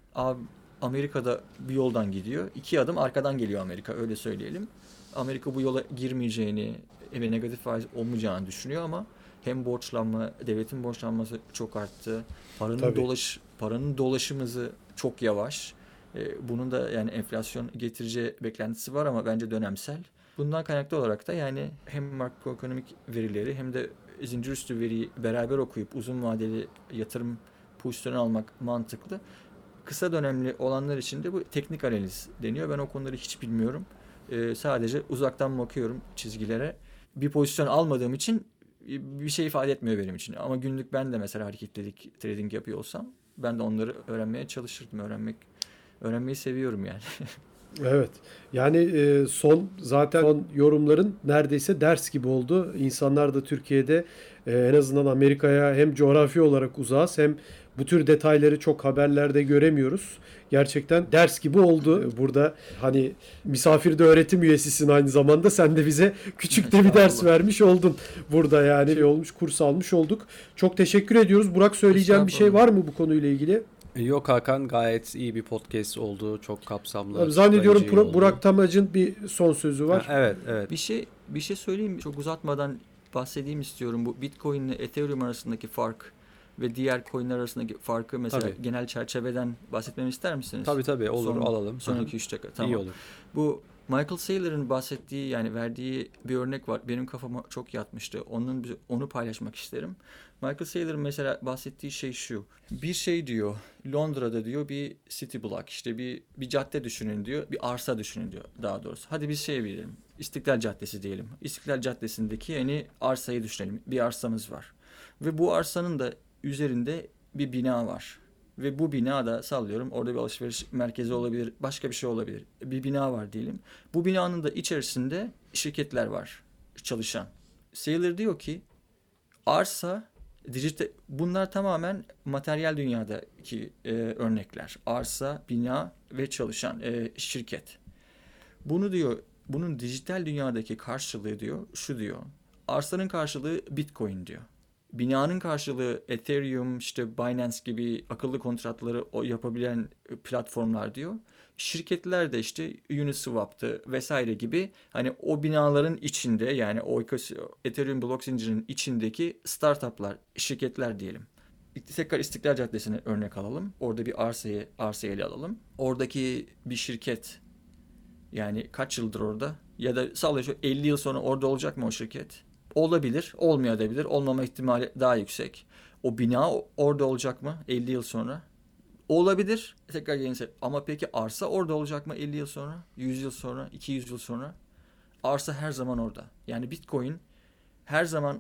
Amerika'da bir yoldan gidiyor. 2 adım arkadan geliyor Amerika, öyle söyleyelim. Amerika bu yola girmeyeceğini ve negatif faiz olmayacağını düşünüyor ama hem devletin borçlanması çok arttı. Tabii. Paranın dolaşım hızı çok yavaş. Bunun da yani enflasyon getireceği beklentisi var ama bence dönemsel. Bundan kaynaklı olarak da yani hem makroekonomik verileri hem de zincir üstü veriyi beraber okuyup uzun vadeli yatırım pozisyonu almak mantıklı. Kısa dönemli olanlar için de bu teknik analiz deniyor. Ben o konuları hiç bilmiyorum. Sadece uzaktan bakıyorum çizgilere. Bir pozisyon almadığım için bir şey ifade etmiyor benim için. Ama günlük ben de mesela trading yapıyor olsam ben de onları öğrenmeye çalışırdım. Öğrenmeyi seviyorum yani. Evet. Yani son yorumların neredeyse ders gibi oldu. İnsanlar da Türkiye'de en azından Amerika'ya hem coğrafi olarak uzağız hem bu tür detayları çok haberlerde göremiyoruz. Gerçekten ders gibi oldu. Burada hani misafirde öğretim üyesisin aynı zamanda. Sen de bize küçük de bir ders vermiş oldun. Burada yani kurs almış olduk. Çok teşekkür ediyoruz. Burak, söyleyeceğim bir şey var mı bu konuyla ilgili? Yok Hakan, gayet iyi bir podcast oldu. Çok kapsamlı. Zannediyorum açıklayıcı oldu. Burak Tamac'ın bir son sözü var. Evet, evet. Bir şey söyleyeyim, çok uzatmadan bahsedeyim istiyorum. Bu Bitcoin ile Ethereum arasındaki fark ve diğer coinler arasındaki farkı mesela genel çerçeveden bahsetmemi ister misiniz? Tabii olur, alalım. Sonraki 3 dakika. Tamam. İyi olur. Bu Michael Saylor'ın bahsettiği yani verdiği bir örnek var. Benim kafama çok yatmıştı. Onu paylaşmak isterim. Michael Saylor'ın mesela bahsettiği şey şu. Bir şey diyor. Londra'da diyor bir city block işte bir cadde düşünün diyor. Bir arsa düşünün diyor daha doğrusu. Hadi biz şey bilelim. İstiklal Caddesi diyelim. İstiklal Caddesi'ndeki yani arsayı düşünelim. Bir arsamız var. Ve bu arsanın da üzerinde bir bina var. Ve bu bina da sallıyorum orada bir alışveriş merkezi olabilir, başka bir şey olabilir. Bir bina var diyelim. Bu binanın da içerisinde şirketler var çalışan. Saylor diyor ki arsa, bunlar tamamen materyal dünyadaki örnekler. Arsa, bina ve çalışan şirket. Bunu diyor, bunun dijital dünyadaki karşılığı diyor, şu diyor. Arsanın karşılığı Bitcoin diyor. Binanın karşılığı Ethereum, işte Binance gibi akıllı kontratları yapabilen platformlar diyor. Şirketler de işte Uniswap'tı vesaire gibi hani o binaların içinde yani o Ethereum blok zincirinin içindeki startuplar, şirketler diyelim. Tekrar İstiklal Caddesi'ne örnek alalım. Orada bir arsayı ele alalım. Oradaki bir şirket yani kaç yıldır orada ya da sallıyorum 50 yıl sonra orada olacak mı o şirket? Olabilir, olmayabilir. Olmama ihtimali daha yüksek. O bina orada olacak mı 50 yıl sonra? Olabilir. Tekrar gelirse. Ama peki arsa orada olacak mı 50 yıl sonra? 100 yıl sonra? 200 yıl sonra? Arsa her zaman orada. Yani Bitcoin her zaman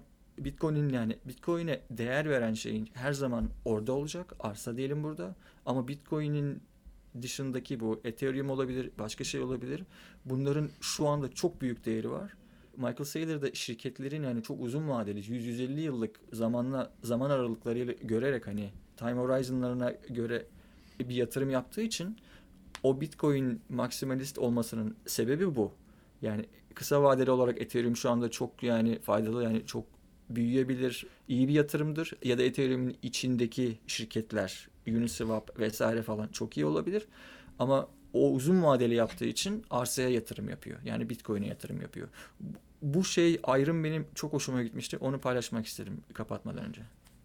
Bitcoin'e değer veren şeyin her zaman orada olacak. Arsa diyelim burada. Ama Bitcoin'in dışındaki bu Ethereum olabilir, başka şey olabilir. Bunların şu anda çok büyük değeri var. Michael Saylor da şirketlerin yani çok uzun vadeli 100-150 yıllık zaman aralıklarıyla görerek hani time horizonlarına göre bir yatırım yaptığı için o Bitcoin maksimalist olmasının sebebi bu. Yani kısa vadeli olarak Ethereum şu anda çok yani faydalı yani çok büyüyebilir, iyi bir yatırımdır ya da Ethereum'in içindeki şirketler, Uniswap vesaire falan çok iyi olabilir. Ama o uzun vadeli yaptığı için arsaya yatırım yapıyor. Yani Bitcoin'e yatırım yapıyor. Bu ayrım benim çok hoşuma gitmişti. Onu paylaşmak isterim kapatmadan önce.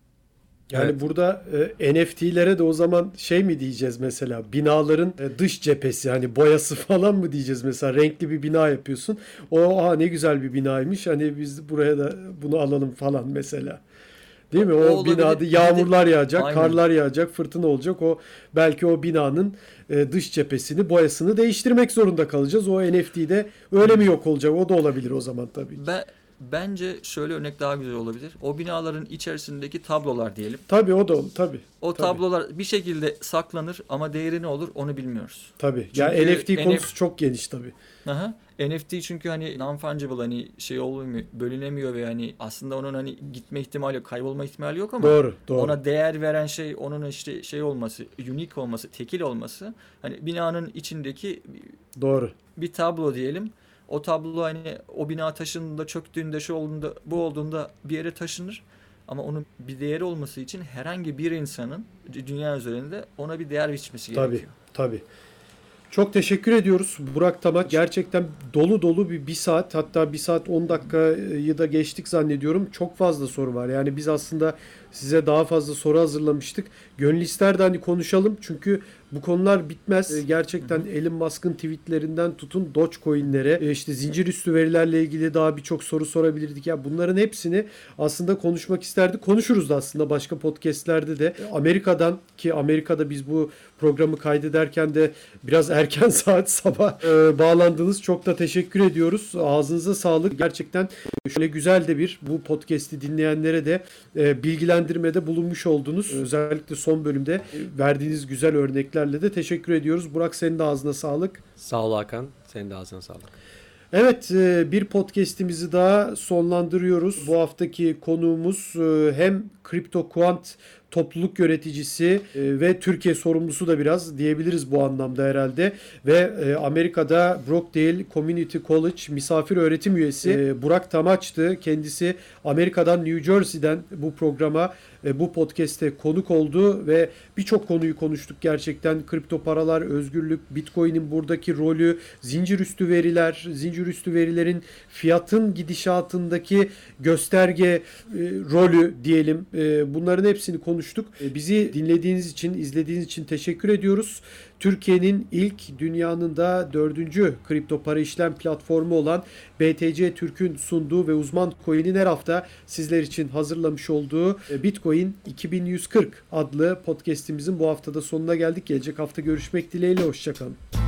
Yani Evet. burada NFT'lere de o zaman şey mi diyeceğiz mesela binaların dış cephesi hani boyası falan mı diyeceğiz mesela renkli bir bina yapıyorsun. Ne güzel bir binaymış hani biz buraya da bunu alalım falan mesela. Değil mi? O O olabilir. binada yağmurlar yağacak, Aynen. karlar yağacak, fırtına olacak. Belki o binanın dış cephesini, boyasını değiştirmek zorunda kalacağız. O NFT'de öyle mi yok olacak? O da olabilir o zaman tabii ki. Bence şöyle örnek daha güzel olabilir. O binaların içerisindeki tablolar diyelim. Tabii o da olur tabii. O Tabii. tablolar bir şekilde saklanır ama değeri ne olur onu bilmiyoruz. Tabii. Çünkü Ya NFT konusu çok geniş tabii. Aha. NFT çünkü hani non-fungible hani şey olmuyor, bölünemiyor ve hani aslında onun hani gitme ihtimali yok, kaybolma ihtimali yok ama Doğru. ona değer veren şey onun işte şey olması, unique olması, tekil olması. Hani binanın içindeki Doğru. bir tablo diyelim. O tablo hani o bina taşındığında, çöktüğünde, şu olduğunda, bu olduğunda bir yere taşınır. Ama onun bir değeri olması için herhangi bir insanın dünya üzerinde ona bir değer biçmesi Tabii. gerekiyor. Tabii. Çok teşekkür ediyoruz Burak Tamak. Gerçekten dolu dolu bir saat hatta 1 saat 10 dakikayı da geçtik zannediyorum. Çok fazla soru var. Yani biz aslında size daha fazla soru hazırlamıştık. Gönül ister de hani konuşalım çünkü bu konular bitmez. Gerçekten Elon Musk'ın tweetlerinden tutun Dogecoin'lere işte zincir üstü verilerle ilgili daha birçok soru sorabilirdik. Ya bunların hepsini aslında konuşmak isterdik. Konuşuruz da aslında başka podcastlerde de. Amerika'da biz bu programı kaydederken de biraz erken saat sabah bağlandınız. Çok da teşekkür ediyoruz. Ağzınıza sağlık. Gerçekten şöyle güzel de bu podcast'i dinleyenlere de bilgilendirmede bulunmuş oldunuz. Özellikle son bölümde verdiğiniz güzel örneklerle de teşekkür ediyoruz. Burak senin de ağzına sağlık. Sağ ol Hakan. Senin de ağzına sağlık. Evet, bir podcast'imizi daha sonlandırıyoruz. Bu haftaki konuğumuz hem Kripto Kuant topluluk yöneticisi ve Türkiye sorumlusu da biraz diyebiliriz bu anlamda herhalde. Ve Amerika'da Brookdale Community College misafir öğretim üyesi Burak Tamaç'tı. Kendisi Amerika'dan New Jersey'den bu programa, bu podcast'e konuk oldu ve birçok konuyu konuştuk gerçekten. Kripto paralar, özgürlük, Bitcoin'in buradaki rolü, zincir üstü verilerin fiyatın gidişatındaki gösterge rolü diyelim. Bunların hepsini konuştuk. Bizi dinlediğiniz için, izlediğiniz için teşekkür ediyoruz. Türkiye'nin ilk, dünyanın da 4. kripto para işlem platformu olan BTC Türk'ün sunduğu ve Uzman Coin'in her hafta sizler için hazırlamış olduğu Bitcoin 2140 adlı podcast'imizin bu haftada sonuna geldik. Gelecek hafta görüşmek dileğiyle. Hoşçakalın.